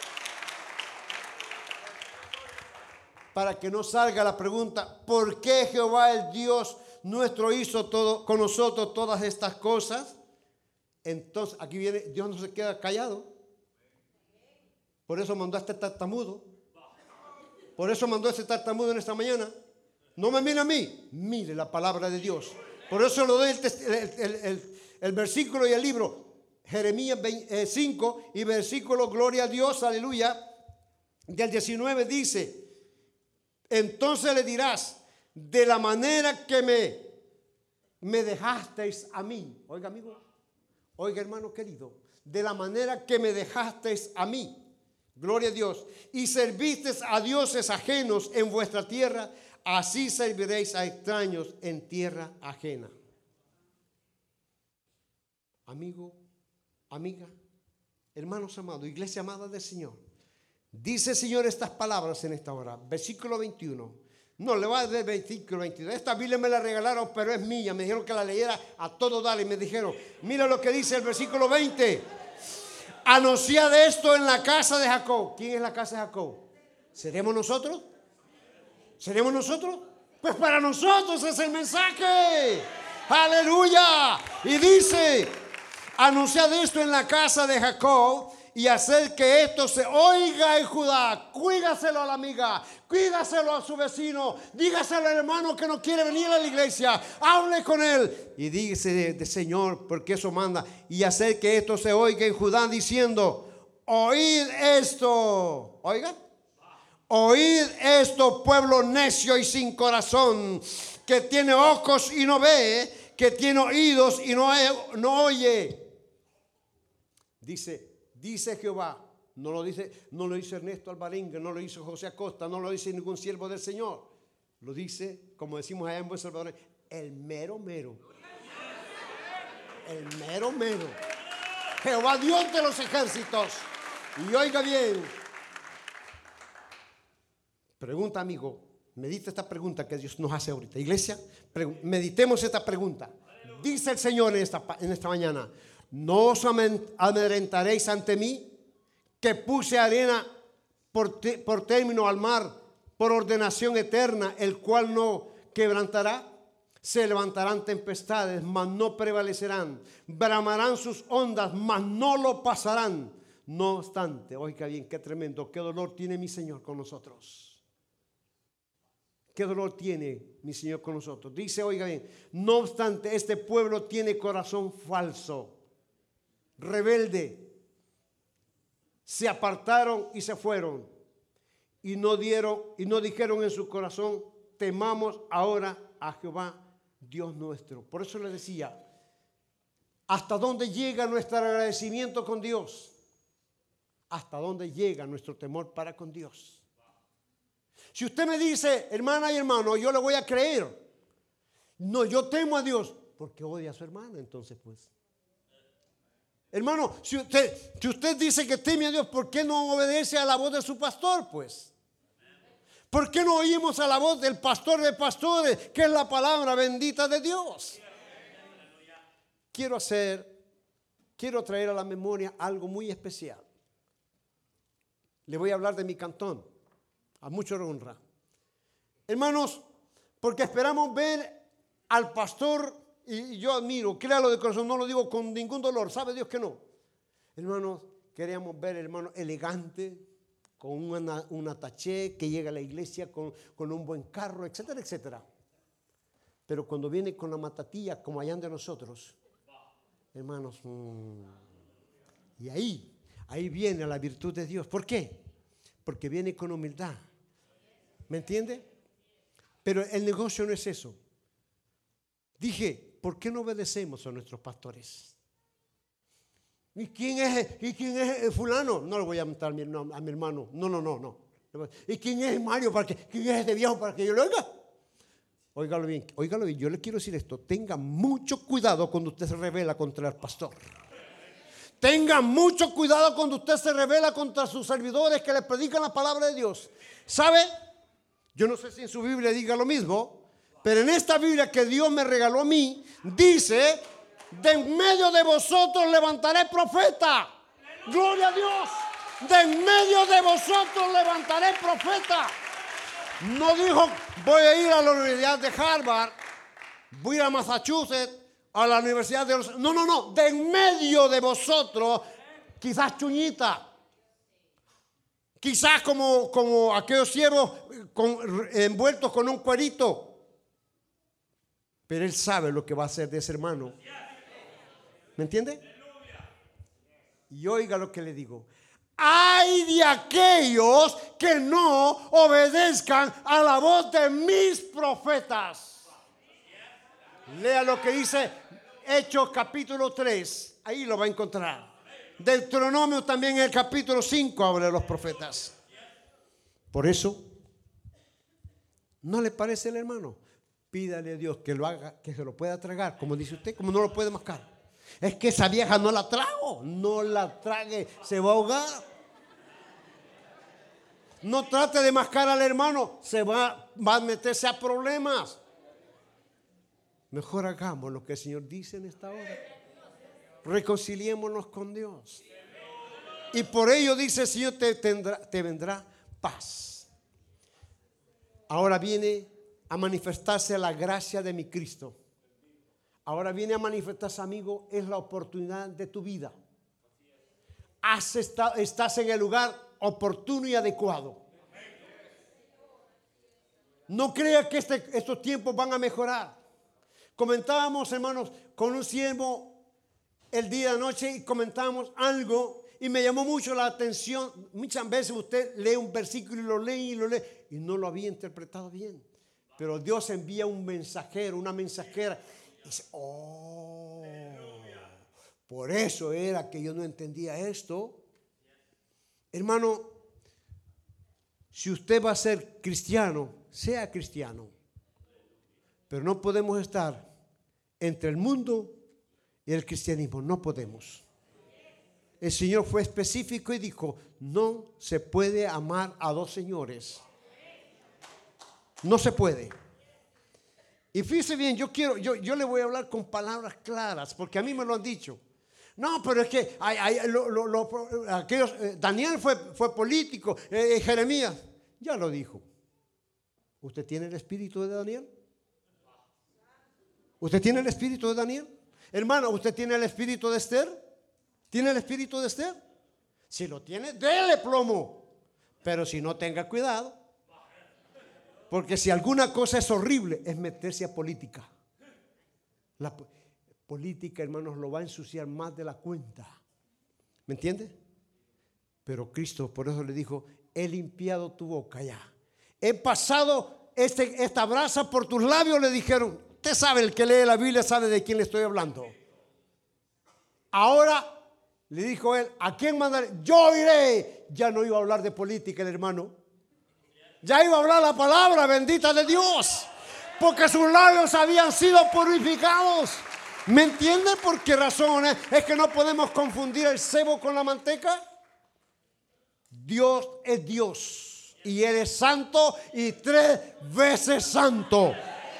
Para que no salga la pregunta: ¿por qué Jehová el Dios nuestro hizo todo con nosotros todas estas cosas? Entonces aquí viene, Dios no se queda callado. Por eso mandó a este tartamudo. Por eso mandó a este tartamudo en esta mañana. No me mire a mí, mire la palabra de Dios. Por eso le doy el versículo y el libro. Jeremías 5 y versículo, gloria a Dios, aleluya. Del 19 dice: entonces le dirás: de la manera que me dejasteis a mí. Oiga, amigo, oiga, hermano querido, de la manera que me dejasteis a mí. Gloria a Dios. Y servisteis a dioses ajenos en vuestra tierra, así serviréis a extraños en tierra ajena. Amigo, amiga, hermanos amados, iglesia amada del Señor, dice el Señor estas palabras en esta hora. Versículo 21. No, le va a dar versículo 22. Esta Biblia me la regalaron, pero es mía. Me dijeron que la leyera a todo dar y me dijeron: mira lo que dice el versículo 20. Anunciad esto en la casa de Jacob. ¿Quién es la casa de Jacob? ¿Seremos nosotros? ¿Seremos nosotros? Pues para nosotros es el mensaje. Aleluya. Y dice: anunciad esto en la casa de Jacob y hacer que esto se oiga en Judá. Cuídaselo a la amiga, cuídaselo a su vecino, dígaselo al hermano que no quiere venir a la iglesia, hable con él y dígase de Señor, porque eso manda. Y hacer que esto se oiga en Judá, diciendo: oíd esto. Oiga, oíd esto, pueblo necio y sin corazón, que tiene ojos y no ve, que tiene oídos y no oye. Dice Jehová. No lo dice Ernesto Alvarenga, no lo dice José Acosta, no lo dice ningún siervo del Señor. Lo dice, como decimos allá en Buen Salvador, el mero mero. El mero mero. Jehová Dios de los ejércitos. Y oiga bien. Pregunta, amigo. Medita esta pregunta que Dios nos hace ahorita. Iglesia, meditemos esta pregunta. Dice el Señor en esta mañana: ¿no os amedrentaréis ante mí, que puse arena por término al mar, por ordenación eterna, el cual no quebrantará? Se levantarán tempestades, mas no prevalecerán. Bramarán sus ondas, mas no lo pasarán. No obstante, oiga bien, qué tremendo, qué dolor tiene mi Señor con nosotros. Qué dolor tiene mi Señor con nosotros. Dice, oiga bien, no obstante, este pueblo tiene corazón falso, rebelde. Se apartaron y se fueron. Y no dijeron en su corazón, temamos ahora a Jehová, Dios nuestro. Por eso le decía, ¿hasta dónde llega nuestro agradecimiento con Dios? ¿Hasta dónde llega nuestro temor para con Dios? Si usted me dice, hermana y hermano, yo le voy a creer. No, yo temo a Dios. Porque odia a su hermana, entonces pues. Hermano, si usted dice que teme a Dios, ¿por qué no obedece a la voz de su pastor, pues? ¿Por qué no oímos a la voz del pastor de pastores, que es la palabra bendita de Dios? Quiero traer a la memoria algo muy especial. Le voy a hablar de mi cantón, a mucha honra. Hermanos, porque esperamos ver al pastor, y yo admiro, créalo de corazón, no lo digo con ningún dolor, sabe Dios que no. Hermanos, queríamos ver hermano elegante, con una taché, que llega a la iglesia con un buen carro, etcétera, etcétera. Pero cuando viene con la matatilla, como allá de nosotros, hermanos, y ahí viene la virtud de Dios. ¿Por qué? Porque viene con humildad. ¿Me entiende? Pero el negocio no es eso. Dije, ¿por qué no obedecemos a nuestros pastores? ¿Y quién es fulano? No le voy a mentar a mi hermano. No. ¿Y quién es Mario? ¿Quién es este viejo para que yo lo oiga? Óigalo bien. Yo le quiero decir esto. Tenga mucho cuidado cuando usted se rebela contra el pastor. Tenga mucho cuidado cuando usted se rebela contra sus servidores que le predican la palabra de Dios. ¿Sabe? Yo no sé si en su Biblia diga lo mismo, pero en esta Biblia que Dios me regaló a mí, dice, de en medio de vosotros levantaré profeta. Gloria a Dios. De en medio de vosotros levantaré profeta. No dijo, voy a ir a la Universidad de Harvard, voy a ir a Massachusetts, a la Universidad de los... No. De en medio de vosotros, quizás chuñita. Quizás como aquellos siervos envueltos con un cuerito. Pero Él sabe lo que va a hacer de ese hermano. ¿Me entiende? Y oiga lo que le digo. Ay de aquellos que no obedezcan a la voz de mis profetas. Lea lo que dice Hechos capítulo 3. Ahí lo va a encontrar. Deuteronomio también en el capítulo 5 habla de los profetas. Por eso, ¿no le parece el hermano? Pídale a Dios que lo haga, que se lo pueda tragar, como dice usted, como no lo puede mascar. Es que esa vieja no la trago, no la trague, se va a ahogar. No trate de mascar al hermano, va a meterse a problemas. Mejor hagamos lo que el Señor dice en esta hora. Reconciliémonos con Dios. Y por ello dice el Señor, te vendrá paz. Ahora viene a manifestarse la gracia de mi Cristo. Ahora viene a manifestarse, amigo, es la oportunidad de tu vida. Estás en el lugar oportuno y adecuado. No crea que estos tiempos van a mejorar. Comentábamos, hermanos, con un siervo el día de noche y comentábamos algo y me llamó mucho la atención. Muchas veces usted lee un versículo y lo lee y no lo había interpretado bien. Pero Dios envía un mensajero, una mensajera y dice, por eso era que yo no entendía esto. Hermano, si usted va a ser cristiano, sea cristiano. Pero no podemos estar entre el mundo y el cristianismo. No podemos. El Señor fue específico y dijo, no se puede amar a dos señores. No se puede. Y fíjese bien, yo le voy a hablar con palabras claras, porque a mí me lo han dicho. No, pero es que Daniel fue político, Jeremías ya lo dijo. ¿Usted tiene el espíritu de Daniel? ¿Usted tiene el espíritu de Daniel? Hermano, ¿usted tiene el espíritu de Esther? ¿Tiene el espíritu de Esther? Si lo tiene, dele plomo. Pero si no, tenga cuidado. Porque si alguna cosa es horrible, es meterse a política. La política, hermanos, lo va a ensuciar más de la cuenta. ¿Me entiende? Pero Cristo por eso le dijo: he limpiado tu boca ya. He pasado esta brasa por tus labios, le dijeron. Usted sabe, el que lee la Biblia sabe de quién le estoy hablando. Ahora le dijo él: ¿a quién mandaré? Yo iré. Ya no iba a hablar de política el hermano. Ya iba a hablar la palabra bendita de Dios. Porque sus labios habían sido purificados. ¿Me entiende por qué razón? Es que no podemos confundir el cebo con la manteca. Dios es Dios. Y Él es santo y 3 veces santo.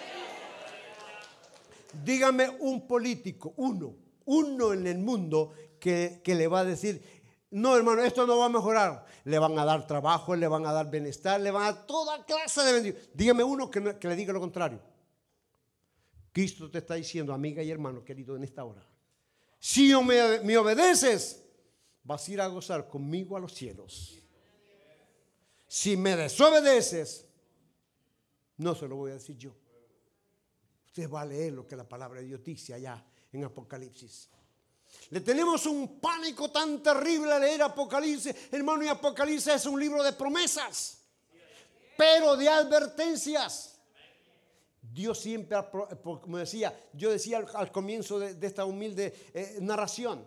Dígame un político, uno en el mundo que le va a decir: no, hermano, esto no va a mejorar. Le van a dar trabajo, le van a dar bienestar, le van a dar toda clase de bendición. Dígame uno que le diga lo contrario. Cristo te está diciendo, amiga y hermano querido, en esta hora: si me obedeces, vas a ir a gozar conmigo a los cielos. Si me desobedeces, no se lo voy a decir yo. Usted va a leer lo que la palabra de Dios dice allá en Apocalipsis. Le tenemos un pánico tan terrible a leer Apocalipsis, hermano, y Apocalipsis es un libro de promesas, pero de advertencias. Dios siempre, como yo decía al comienzo de esta humilde narración: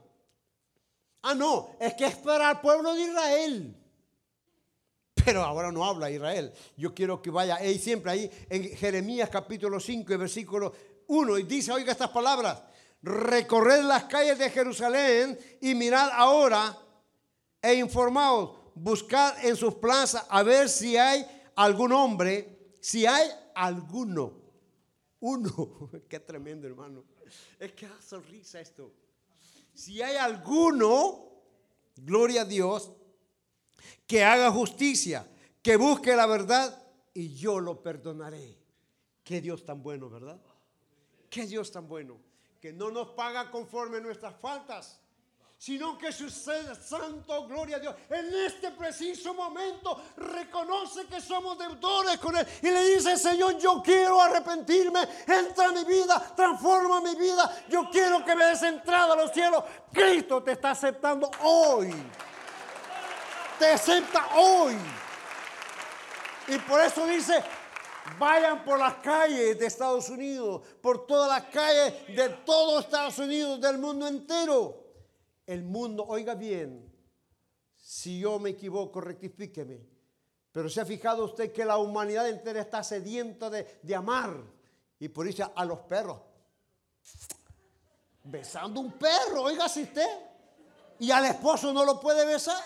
no, es que es para el pueblo de Israel. Pero ahora no habla Israel. Yo quiero que vaya siempre ahí en Jeremías capítulo 5 y versículo 1, y dice: oiga estas palabras: recorred las calles de Jerusalén y mirad ahora e informaos, buscad en sus plazas a ver si hay algún hombre, si hay alguno. Qué tremendo, hermano. Es que da sonrisa esto. Si hay alguno, gloria a Dios, que haga justicia, que busque la verdad, y yo lo perdonaré. Qué Dios tan bueno, ¿verdad? Qué Dios tan bueno, que no nos paga conforme nuestras faltas, sino que su ser santo, gloria a Dios, en este preciso momento reconoce que somos deudores con Él y le dice: Señor, yo quiero arrepentirme, entra en mi vida, transforma mi vida, yo quiero que me des entrada a los cielos. Cristo te está aceptando hoy. Te acepta hoy. Y por eso dice: vayan por las calles de Estados Unidos, por todas las calles de todo Estados Unidos, del mundo entero. El mundo, oiga bien, si yo me equivoco, rectifíqueme, pero ¿se ha fijado usted que la humanidad entera está sedienta de amar? Y por eso a los perros, besando un perro, oígase usted, y al esposo no lo puede besar.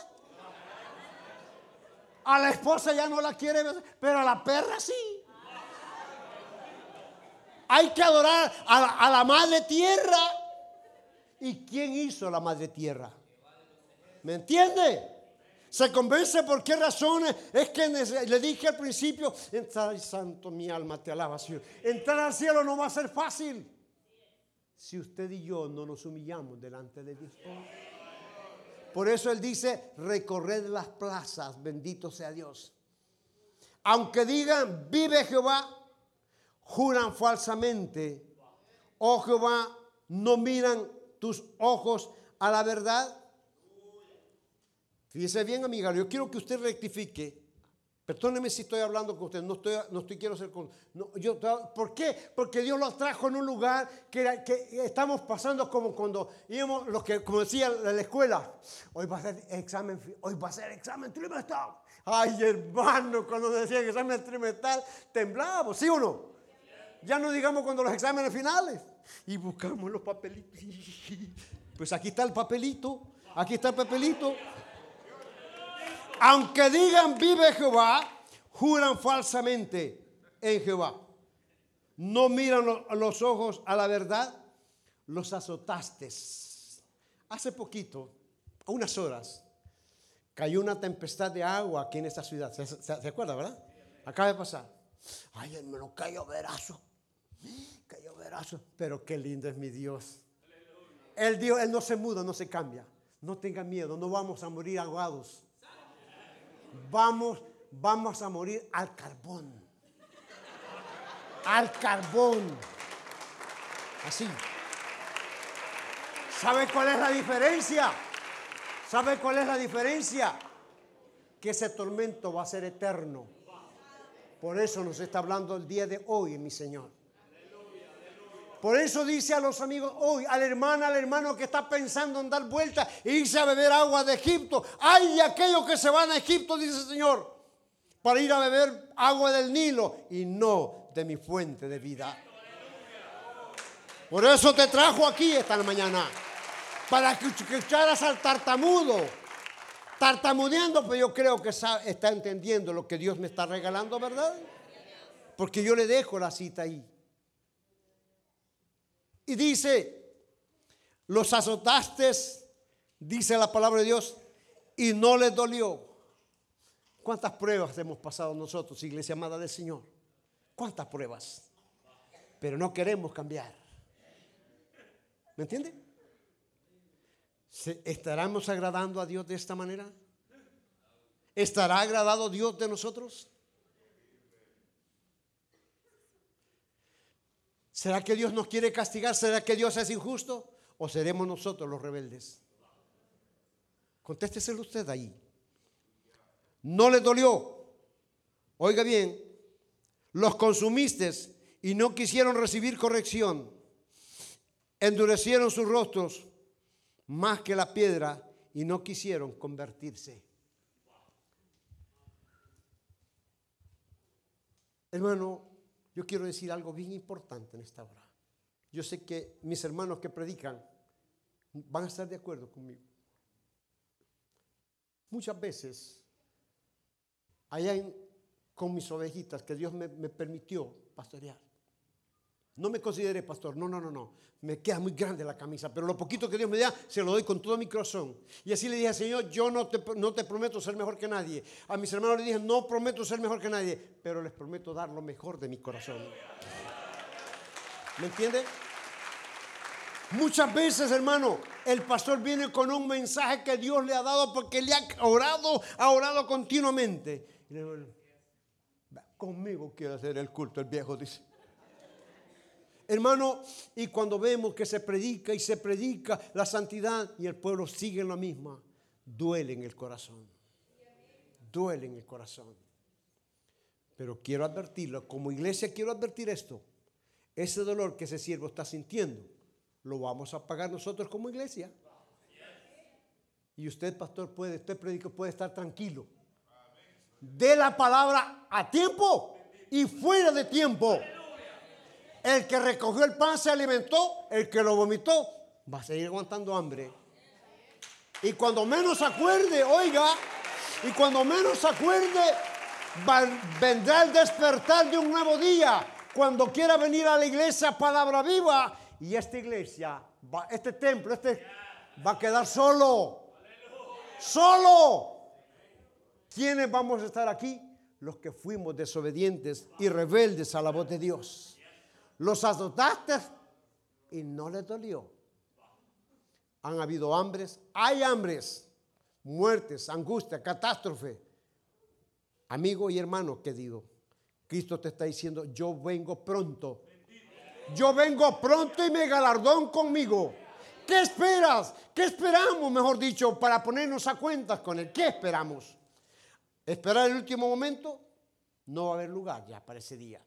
A la esposa ya no la quiere besar, pero a la perra sí. Hay que adorar a la madre tierra. ¿Y quién hizo la madre tierra? ¿Me entiende? Se convence por qué razones. Es que le dije al principio: entrar, santo, mi alma te alaba, Señor. Entrar al cielo no va a ser fácil si usted y yo no nos humillamos delante de Dios. Por eso Él dice: recorred las plazas, bendito sea Dios. Aunque digan: vive Jehová, juran falsamente. Oh Jehová, no miran tus ojos a la verdad. Fíjese bien, amiga, yo quiero que usted rectifique. Perdóneme si estoy hablando con usted, no estoy quiero ser con. ¿Por qué? Porque Dios los trajo en un lugar que estamos pasando como cuando íbamos, como decía en la escuela: hoy va a ser examen trimestral. Ay, hermano, cuando decían examen trimestral temblábamos, ¿sí o no? Ya no digamos cuando los exámenes finales. Y buscamos los papelitos. Pues aquí está el papelito. Aquí está el papelito. Aunque digan: vive Jehová, juran falsamente en Jehová. No miran los ojos a la verdad. Los azotaste. Hace poquito, a unas horas, cayó una tempestad de agua aquí en esta ciudad. ¿Se acuerda, verdad? Acaba de pasar. Ay, hermano, cayó verazo. Pero qué lindo es mi Dios. Él no se muda, no se cambia. No tengan miedo, no vamos a morir ahogados. Vamos a morir al carbón. Al carbón. Así. ¿Sabe cuál es la diferencia? ¿Sabe cuál es la diferencia? Que ese tormento va a ser eterno. Por eso nos está hablando el día de hoy, mi Señor. Por eso dice a los amigos hoy, a la hermana, al hermano que está pensando en dar vuelta e irse a beber agua de Egipto. Ay de aquellos que se van a Egipto, dice el Señor, para ir a beber agua del Nilo y no de mi fuente de vida. Por eso te trajo aquí esta mañana, para que escucharas al tartamudo, tartamudeando, pero yo creo que está entendiendo lo que Dios me está regalando, ¿verdad? Porque yo le dejo la cita ahí. Y dice, los azotaste, dice la palabra de Dios, y no les dolió. ¿Cuántas pruebas hemos pasado nosotros, iglesia amada del Señor? ¿Cuántas pruebas? Pero no queremos cambiar. ¿Me entiende? ¿Estaremos agradando a Dios de esta manera? ¿Estará agradado Dios de nosotros? ¿Será que Dios nos quiere castigar? ¿Será que Dios es injusto? ¿O seremos nosotros los rebeldes? Contésteselo usted ahí. No les dolió. Oiga bien, los consumiste y no quisieron recibir corrección. Endurecieron sus rostros más que la piedra y no quisieron convertirse. Hermano, yo quiero decir algo bien importante en esta hora. Yo sé que mis hermanos que predican van a estar de acuerdo conmigo. Muchas veces, con mis ovejitas que Dios me permitió pastorear, no me consideré pastor, no. Me queda muy grande la camisa, pero lo poquito que Dios me da, se lo doy con todo mi corazón. Y así le dije al Señor, yo no te prometo ser mejor que nadie. A mis hermanos les dije, no prometo ser mejor que nadie, pero les prometo dar lo mejor de mi corazón. ¿Me entiende? Muchas veces, hermano, el pastor viene con un mensaje que Dios le ha dado porque le ha orado continuamente. Y le digo, conmigo quiere hacer el culto, el viejo dice. Hermano, y cuando vemos que se predica y se predica la santidad y el pueblo sigue en la misma, duele en el corazón. Duele en el corazón. Pero quiero advertirlo, como iglesia quiero advertir esto. Ese dolor que ese siervo está sintiendo, lo vamos a pagar nosotros como iglesia. Y usted, pastor, usted predica, puede estar tranquilo. De la palabra a tiempo y fuera de tiempo. El que recogió el pan se alimentó, el que lo vomitó va a seguir aguantando hambre. Y cuando menos acuerde, oiga, y cuando menos acuerde, vendrá el despertar de un nuevo día. Cuando quiera venir a la iglesia Palabra Viva, y esta iglesia, este templo, va a quedar solo. Solo. ¿Quiénes vamos a estar aquí? Los que fuimos desobedientes y rebeldes a la voz de Dios. Los azotaste y no les dolió. Han habido hambres, hay hambres, muertes, angustia, catástrofe. Amigo y hermano querido, Cristo te está diciendo, yo vengo pronto. Yo vengo pronto y mi galardón conmigo. ¿Qué esperas? ¿Qué esperamos, mejor dicho, para ponernos a cuentas con Él? ¿Qué esperamos? ¿Esperar el último momento? No va a haber lugar ya para ese día.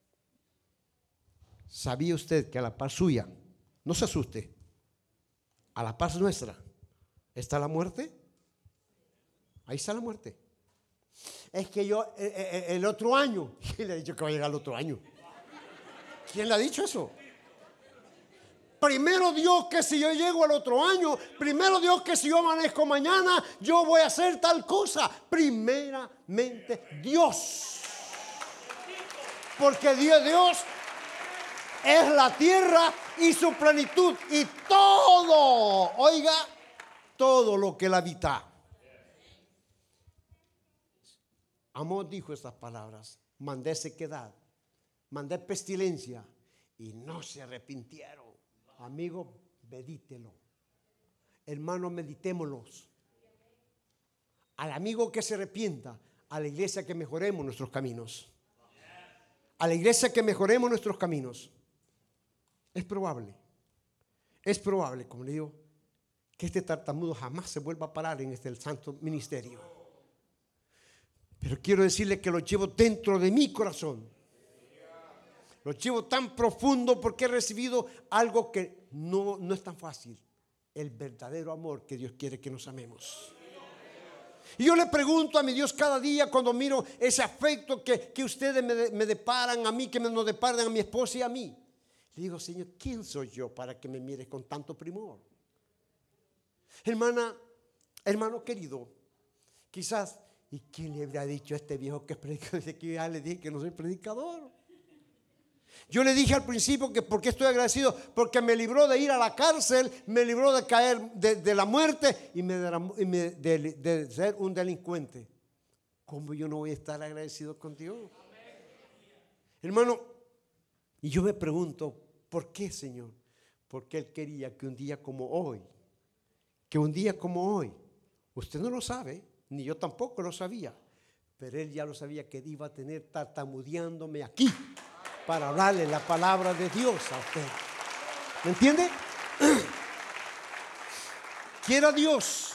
¿Sabía usted que a la par suya, no se asuste, a la par nuestra está la muerte? Ahí está la muerte. Es que yo, el otro año, ¿quién le ha dicho que va a llegar el otro año? ¿Quién le ha dicho eso? Primero Dios que si yo llego al otro año, primero Dios que si yo amanezco mañana, yo voy a hacer tal cosa. Primeramente Dios. Porque Dios es la tierra y su plenitud y todo, oiga, todo lo que la habita. Amós dijo estas palabras: mandé sequedad, mandé pestilencia y no se arrepintieron. Amigo, medítelo. Hermanos, meditémoslos. Al amigo que se arrepienta, a la iglesia que mejoremos nuestros caminos. A la iglesia que mejoremos nuestros caminos. Es probable, como le digo, que este tartamudo jamás se vuelva a parar en este santo ministerio. Pero quiero decirle que lo llevo dentro de mi corazón. Lo llevo tan profundo porque he recibido algo que no es tan fácil. El verdadero amor que Dios quiere que nos amemos. Y yo le pregunto a mi Dios cada día cuando miro ese afecto que ustedes me deparan a mí, que nos deparan a mi esposa y a mí. Le digo, Señor, ¿quién soy yo para que me mires con tanto primor? Hermano querido, quizás, ¿y quién le habría dicho a este viejo que es predicador? Desde que ya le dije que no soy predicador. Yo le dije al principio que porque estoy agradecido, porque me libró de ir a la cárcel, me libró de caer de la muerte y de ser un delincuente. ¿Cómo yo no voy a estar agradecido con Dios? Hermano, y yo me pregunto, ¿por qué, Señor? Porque Él quería que un día como hoy, usted no lo sabe, ni yo tampoco lo sabía, pero Él ya lo sabía, que iba a tener tartamudeándome aquí para hablarle la palabra de Dios a usted. ¿Me entiende? Quiera Dios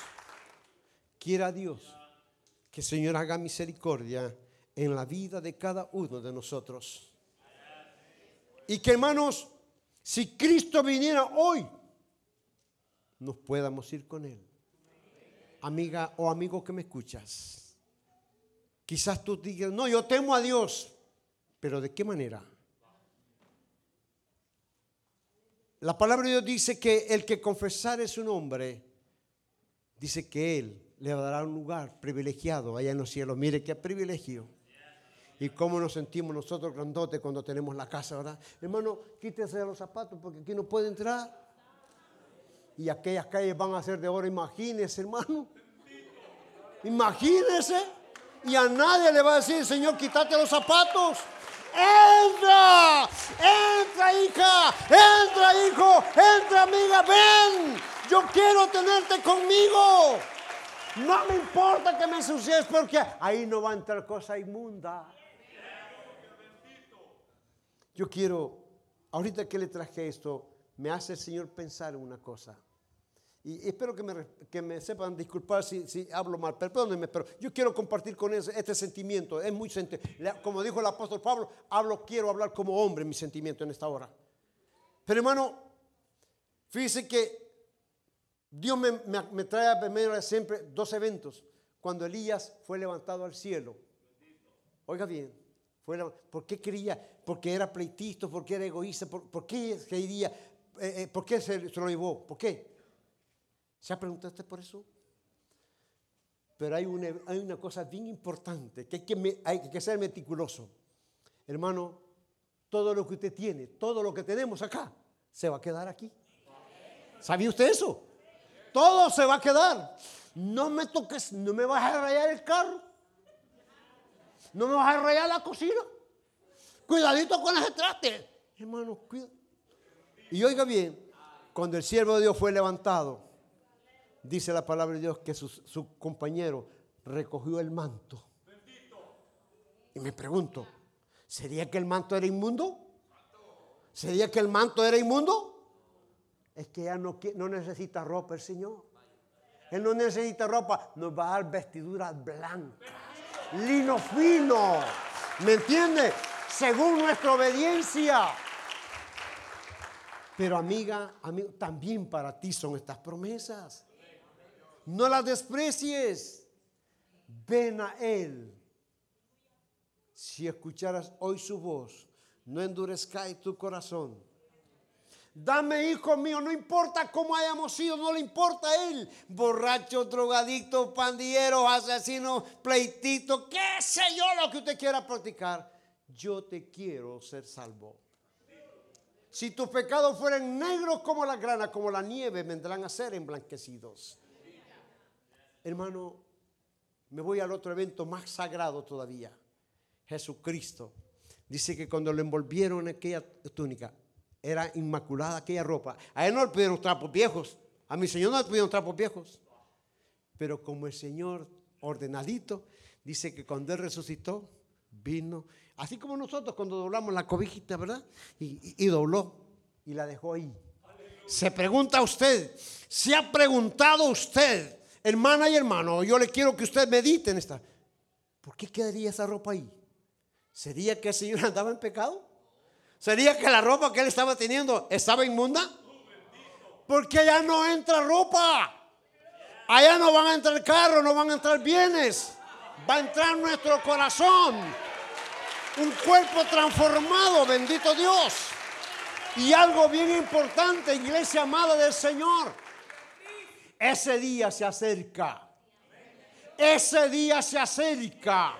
que el Señor haga misericordia en la vida de cada uno de nosotros. Y que, hermanos, si Cristo viniera hoy, nos podamos ir con Él. Amiga o amigo que me escuchas, quizás tú digas, no, yo temo a Dios, pero ¿de qué manera? La palabra de Dios dice que el que confesare su nombre, dice que Él le dará un lugar privilegiado allá en los cielos. Mire qué privilegio. Y cómo nos sentimos nosotros grandotes cuando tenemos la casa, ¿verdad? Hermano, quítese los zapatos porque aquí no puede entrar. Y aquellas calles van a ser de oro, imagínese, hermano. Imagínese. Y a nadie le va a decir, Señor, quítate los zapatos. Entra, hija, entra, hijo, entra, amiga, ven. Yo quiero tenerte conmigo. No me importa que me ensucies porque ahí no va a entrar cosa inmunda. Yo quiero, ahorita que le traje esto, me hace el Señor pensar en una cosa. Y espero que me sepan disculpar si hablo mal, perdónenme, pero yo quiero compartir con este sentimiento. Es muy como dijo el apóstol Pablo, quiero hablar como hombre mi sentimiento en esta hora. Pero hermano, fíjese que Dios me trae a memoria siempre dos eventos. Cuando Elías fue levantado al cielo. Oiga bien, ¿por qué quería? Porque era pleitista, porque era egoísta, ¿por qué quería? ¿Por qué se lo llevó? ¿Por qué? ¿Se ha preguntado usted por eso? Pero hay una cosa bien importante, que hay que ser meticuloso. Hermano, todo lo que usted tiene, todo lo que tenemos acá, se va a quedar aquí. ¿Sabía usted eso? Todo se va a quedar. No me toques, no me vas a rayar el carro. No me vas a rayar la cocina. Cuidadito con ese traste. Hermano, cuidado. Y oiga bien, cuando el siervo de Dios fue levantado, dice la palabra de Dios que su compañero recogió el manto. Y me pregunto, ¿sería que el manto era inmundo? ¿Sería que el manto era inmundo? Es que ya no necesita ropa el Señor. Él no necesita ropa, nos va a dar vestiduras blancas, lino fino. ¿Me entiende? Según nuestra obediencia. Pero amiga, amigo, también para ti son estas promesas. No las desprecies. Ven a Él. Si escucharas hoy su voz, no endurezcáis tu corazón. Dame, hijo mío, no importa cómo hayamos sido, no le importa a Él. Borracho, drogadicto, pandillero, asesino, pleitito, qué sé yo lo que usted quiera practicar. Yo te quiero ser salvo. Si tus pecados fueran negros como la grana, como la nieve, vendrán a ser emblanquecidos. Hermano, me voy al otro evento más sagrado todavía. Jesucristo. Dice que cuando lo envolvieron en aquella túnica, era inmaculada aquella ropa. A Él no le pidieron trapos viejos. A mi Señor no le pidieron trapos viejos. Pero como el Señor ordenadito, dice que cuando Él resucitó, vino, así como nosotros cuando doblamos la cobijita, ¿verdad? Y dobló y la dejó ahí. Se pregunta usted, ¿se ha preguntado usted, hermana y hermano? Yo le quiero que usted medite en esta. ¿Por qué quedaría esa ropa ahí? ¿Sería que el Señor andaba en pecado? ¿Sería que la ropa que Él estaba teniendo estaba inmunda? Porque allá no entra ropa. Allá no van a entrar carros, no van a entrar bienes. Va a entrar nuestro corazón. Un cuerpo transformado, bendito Dios. Y algo bien importante, iglesia amada del Señor. Ese día se acerca. Ese día se acerca.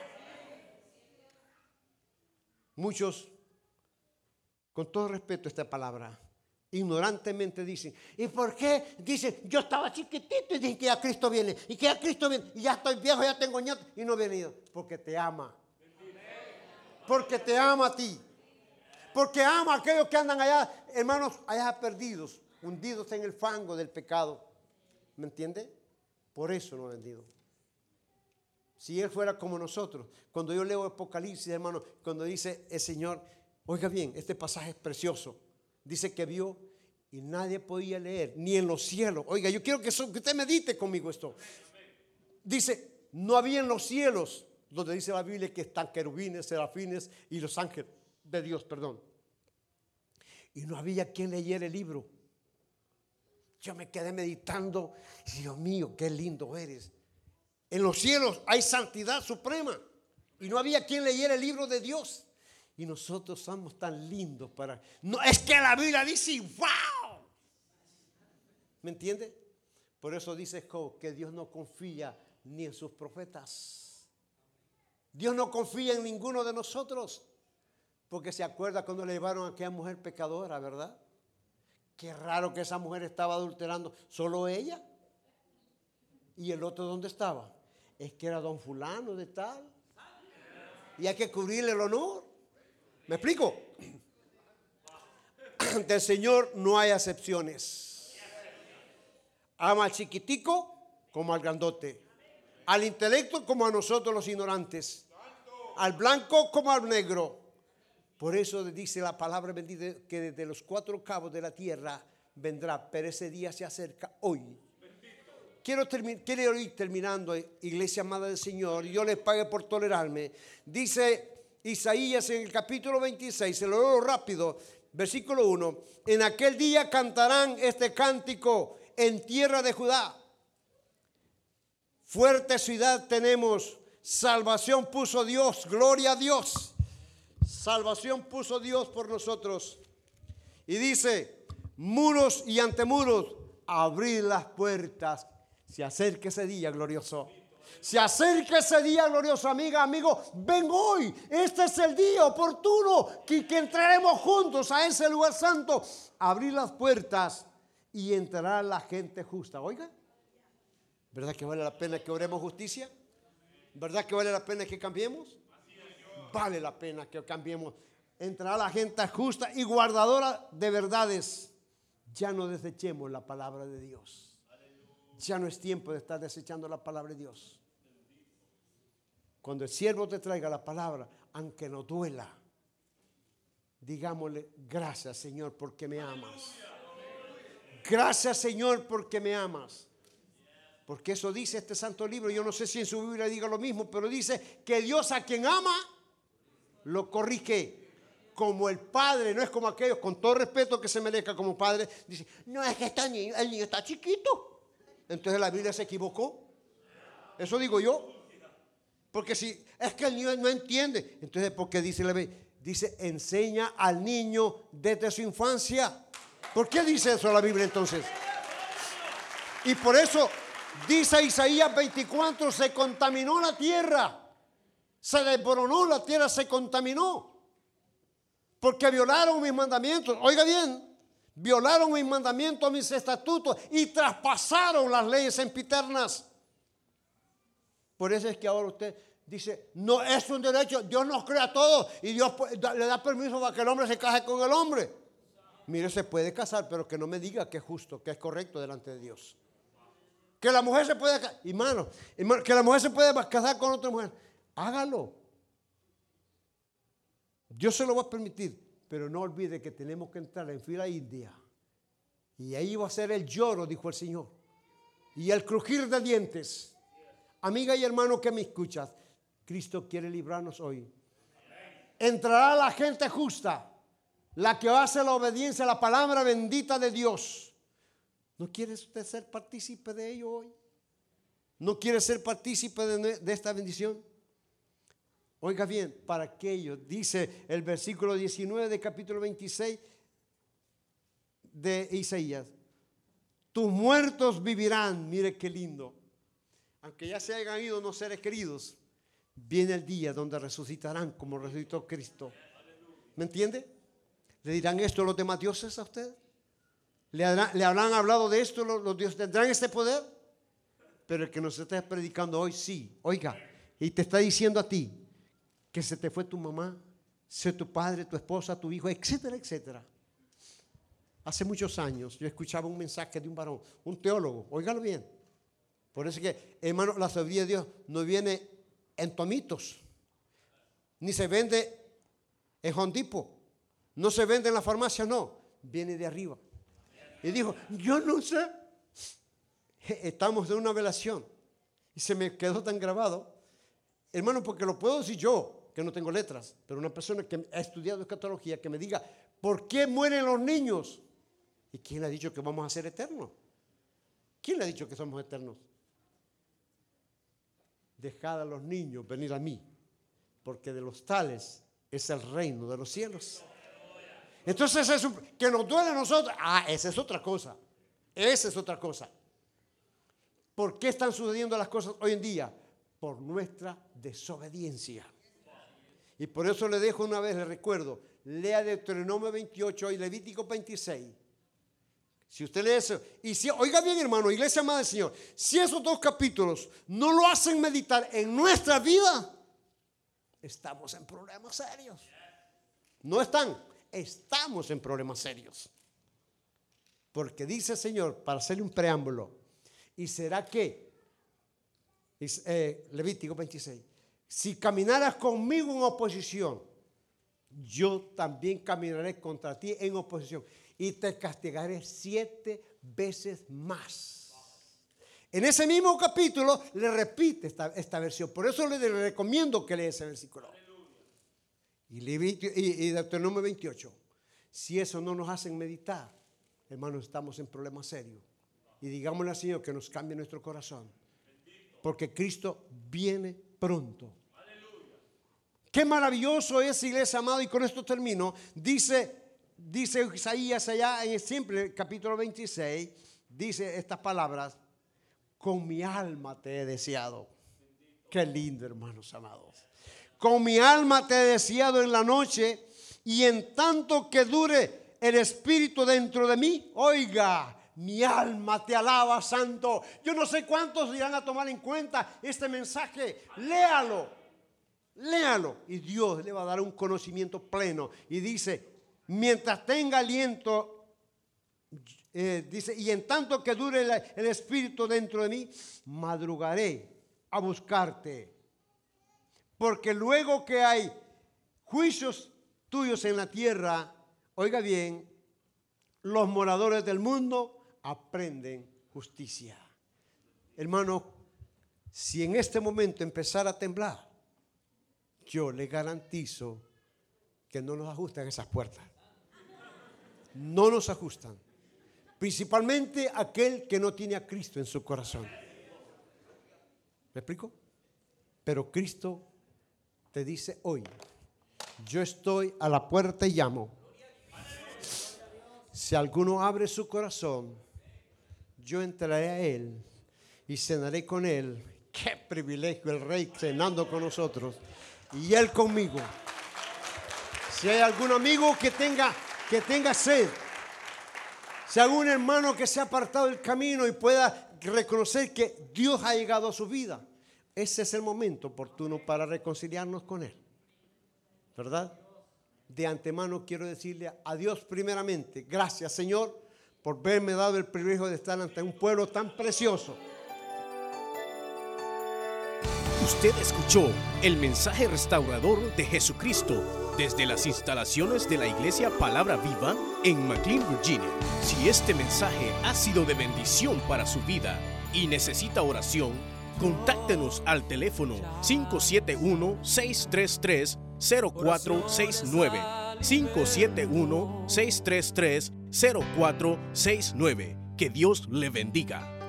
Muchos, con todo respeto a esta palabra, ignorantemente dicen, ¿y por qué? Dicen, yo estaba chiquitito y dije que ya Cristo viene, y que ya Cristo viene, y ya estoy viejo, ya tengo nietos, y no he venido. Porque te ama. Porque te ama a ti. Porque ama a aquellos que andan allá, hermanos, allá perdidos, hundidos en el fango del pecado. ¿Me entiende? Por eso no ha vendido. Si Él fuera como nosotros, cuando yo leo Apocalipsis, hermano, cuando dice el Señor, oiga bien, este pasaje es precioso. Dice que vio y nadie podía leer, ni en los cielos. Oiga, yo quiero que usted medite conmigo esto. Dice, no había en los cielos, donde dice la Biblia que están querubines, serafines y los ángeles de Dios, perdón. Y no había quien leyera el libro. Yo me quedé meditando, Dios mío, qué lindo eres. En los cielos hay santidad suprema y no había quien leyera el libro de Dios. Y nosotros somos tan lindos para... No, es que la Biblia dice, wow. ¿Me entiende? Por eso dice Job que Dios no confía ni en sus profetas. Dios no confía en ninguno de nosotros. Porque se acuerda cuando le llevaron a aquella mujer pecadora, ¿verdad? Qué raro que esa mujer estaba adulterando. ¿Solo ella? ¿Y el otro dónde estaba? Es que era don fulano de tal. Y hay que cubrirle el honor. ¿Me explico? Ante el Señor no hay excepciones. Ama al chiquitico como al grandote. Al intelecto como a nosotros los ignorantes. Al blanco como al negro. Por eso dice la palabra bendita que desde los cuatro cabos de la tierra vendrá. Pero ese día se acerca hoy. Quiero ir terminando, iglesia amada del Señor. Y yo les pague por tolerarme. Dice Isaías en el capítulo 26, se lo leo rápido, versículo 1. En aquel día cantarán este cántico en tierra de Judá. Fuerte ciudad tenemos, salvación puso Dios, gloria a Dios. Salvación puso Dios por nosotros. Y dice, muros y antemuros, abrid las puertas. Se acerca ese día glorioso. Se acerca ese día glorioso, amiga, amigo. Ven hoy. Este es el día oportuno que entraremos juntos a ese lugar santo. Abrir las puertas y entrará la gente justa. Oiga, ¿verdad que vale la pena que oremos justicia? ¿Verdad que vale la pena que cambiemos? Vale la pena que cambiemos. Entrará la gente justa y guardadora de verdades. Ya no desechemos la palabra de Dios. Ya no es tiempo de estar desechando la palabra de Dios. Cuando el siervo te traiga la palabra, aunque no duela, digámosle, gracias Señor porque me amas. Gracias Señor porque me amas. Porque eso dice este santo libro. Yo no sé si en su Biblia diga lo mismo, pero dice que Dios a quien ama, lo corrige. Como el padre, no es como aquellos, con todo respeto que se merezca como padre, dice, no es que el niño está chiquito. Entonces la Biblia se equivocó. Eso digo yo. Porque si es que el niño no entiende, entonces ¿por qué dice la Biblia? Dice, enseña al niño desde su infancia. ¿Por qué dice eso la Biblia entonces? Y por eso dice Isaías 24, se contaminó la tierra. Se desboronó la tierra, se contaminó. Porque violaron mis mandamientos. Oiga bien. Violaron mis mandamientos, mis estatutos y traspasaron las leyes sempiternas. Por eso es que ahora usted dice, no es un derecho, Dios nos crea a todos y Dios le da permiso para que el hombre se case con el hombre. Mire, se puede casar, pero que no me diga que es justo, que es correcto delante de Dios. Que la mujer se puede casar, hermano, que la mujer se puede casar con otra mujer. Hágalo. Dios se lo va a permitir, pero no olvide que tenemos que entrar en fila india. Y ahí va a ser el lloro, dijo el Señor, y el crujir de dientes. Amiga y hermano que me escuchas, Cristo quiere librarnos hoy. Entrará la gente justa, la que hace la obediencia a la palabra bendita de Dios. ¿No quiere usted ser partícipe de ello hoy? ¿No quiere ser partícipe de esta bendición? Oiga bien, para aquello, dice el versículo 19 de capítulo 26 de Isaías: tus muertos vivirán. Mire qué lindo. Aunque ya se hayan ido los seres queridos, viene el día donde resucitarán como resucitó Cristo. ¿Me entiende? ¿Le dirán esto los demás dioses a usted? ¿Le habrán hablado de esto los dioses? ¿Tendrán este poder? Pero el que nos está predicando hoy, sí. Oiga, y te está diciendo a ti que se te fue tu mamá, se tu padre, tu esposa, tu hijo, etcétera, etcétera. Hace muchos años yo escuchaba un mensaje de un varón, un teólogo, óigalo bien. Por eso que, hermano, la sabiduría de Dios no viene en tomitos, ni se vende en Home Depot, no se vende en la farmacia, no, viene de arriba. Y dijo, yo no sé, estamos en una velación y se me quedó tan grabado, hermano, porque lo puedo decir yo, que no tengo letras, pero una persona que ha estudiado escatología, que me diga, ¿por qué mueren los niños? ¿Y quién le ha dicho que vamos a ser eternos? ¿Quién le ha dicho que somos eternos? Dejad a los niños venir a mí, porque de los tales es el reino de los cielos. Entonces eso que nos duele a nosotros, esa es otra cosa. Esa es otra cosa. ¿Por qué están sucediendo las cosas hoy en día? Por nuestra desobediencia. Y por eso le dejo una vez, le recuerdo, lea Deuteronomio 28 y Levítico 26. Si usted lee eso, y si, oiga bien, hermano, iglesia amada del Señor, si esos dos capítulos no lo hacen meditar en nuestra vida, estamos en problemas serios. No estamos en problemas serios. Porque dice el Señor, para hacerle un preámbulo, y será que, Levítico 26, si caminaras conmigo en oposición, yo también caminaré contra ti en oposición y te castigaré 7 veces más. En ese mismo capítulo le repite esta versión. Por eso le recomiendo que lea ese versículo. Y Deuteronomio 28. Si eso no nos hacen meditar, hermanos, estamos en problemas serios. Y digámosle al Señor que nos cambie nuestro corazón, porque Cristo viene pronto. Qué maravilloso es, iglesia amada, y con esto termino. Dice Isaías allá en siempre capítulo 26, dice estas palabras: con mi alma te he deseado. Qué lindo, hermanos amados. Con mi alma te he deseado en la noche, y en tanto que dure el espíritu dentro de mí, oiga, mi alma te alaba, santo. Yo no sé cuántos irán a tomar en cuenta este mensaje. Léalo y Dios le va a dar un conocimiento pleno. Y dice, mientras tenga aliento, dice, y en tanto que dure el espíritu dentro de mí, madrugaré a buscarte, porque luego que hay juicios tuyos en la tierra, oiga bien, los moradores del mundo aprenden justicia. Hermano, si en este momento empezara a temblar, yo le garantizo que no nos ajustan esas puertas. No nos ajustan. Principalmente aquel que no tiene a Cristo en su corazón. ¿Me explico? Pero Cristo te dice hoy, yo estoy a la puerta y llamo. Si alguno abre su corazón, yo entraré a él y cenaré con él. Qué privilegio el Rey cenando con nosotros y él conmigo. Si hay algún amigo que tenga sed, si hay algún hermano que se ha apartado del camino y pueda reconocer que Dios ha llegado a su vida, ese es el momento oportuno para reconciliarnos con él, ¿verdad? de antemano quiero decirle a Dios primeramente, gracias Señor por haberme dado el privilegio de estar ante un pueblo tan precioso. Usted escuchó el mensaje restaurador de Jesucristo desde las instalaciones de la Iglesia Palabra Viva en McLean, Virginia. Si este mensaje ha sido de bendición para su vida y necesita oración, contáctenos al teléfono 571-633-0469. 571-633-0469. Que Dios le bendiga.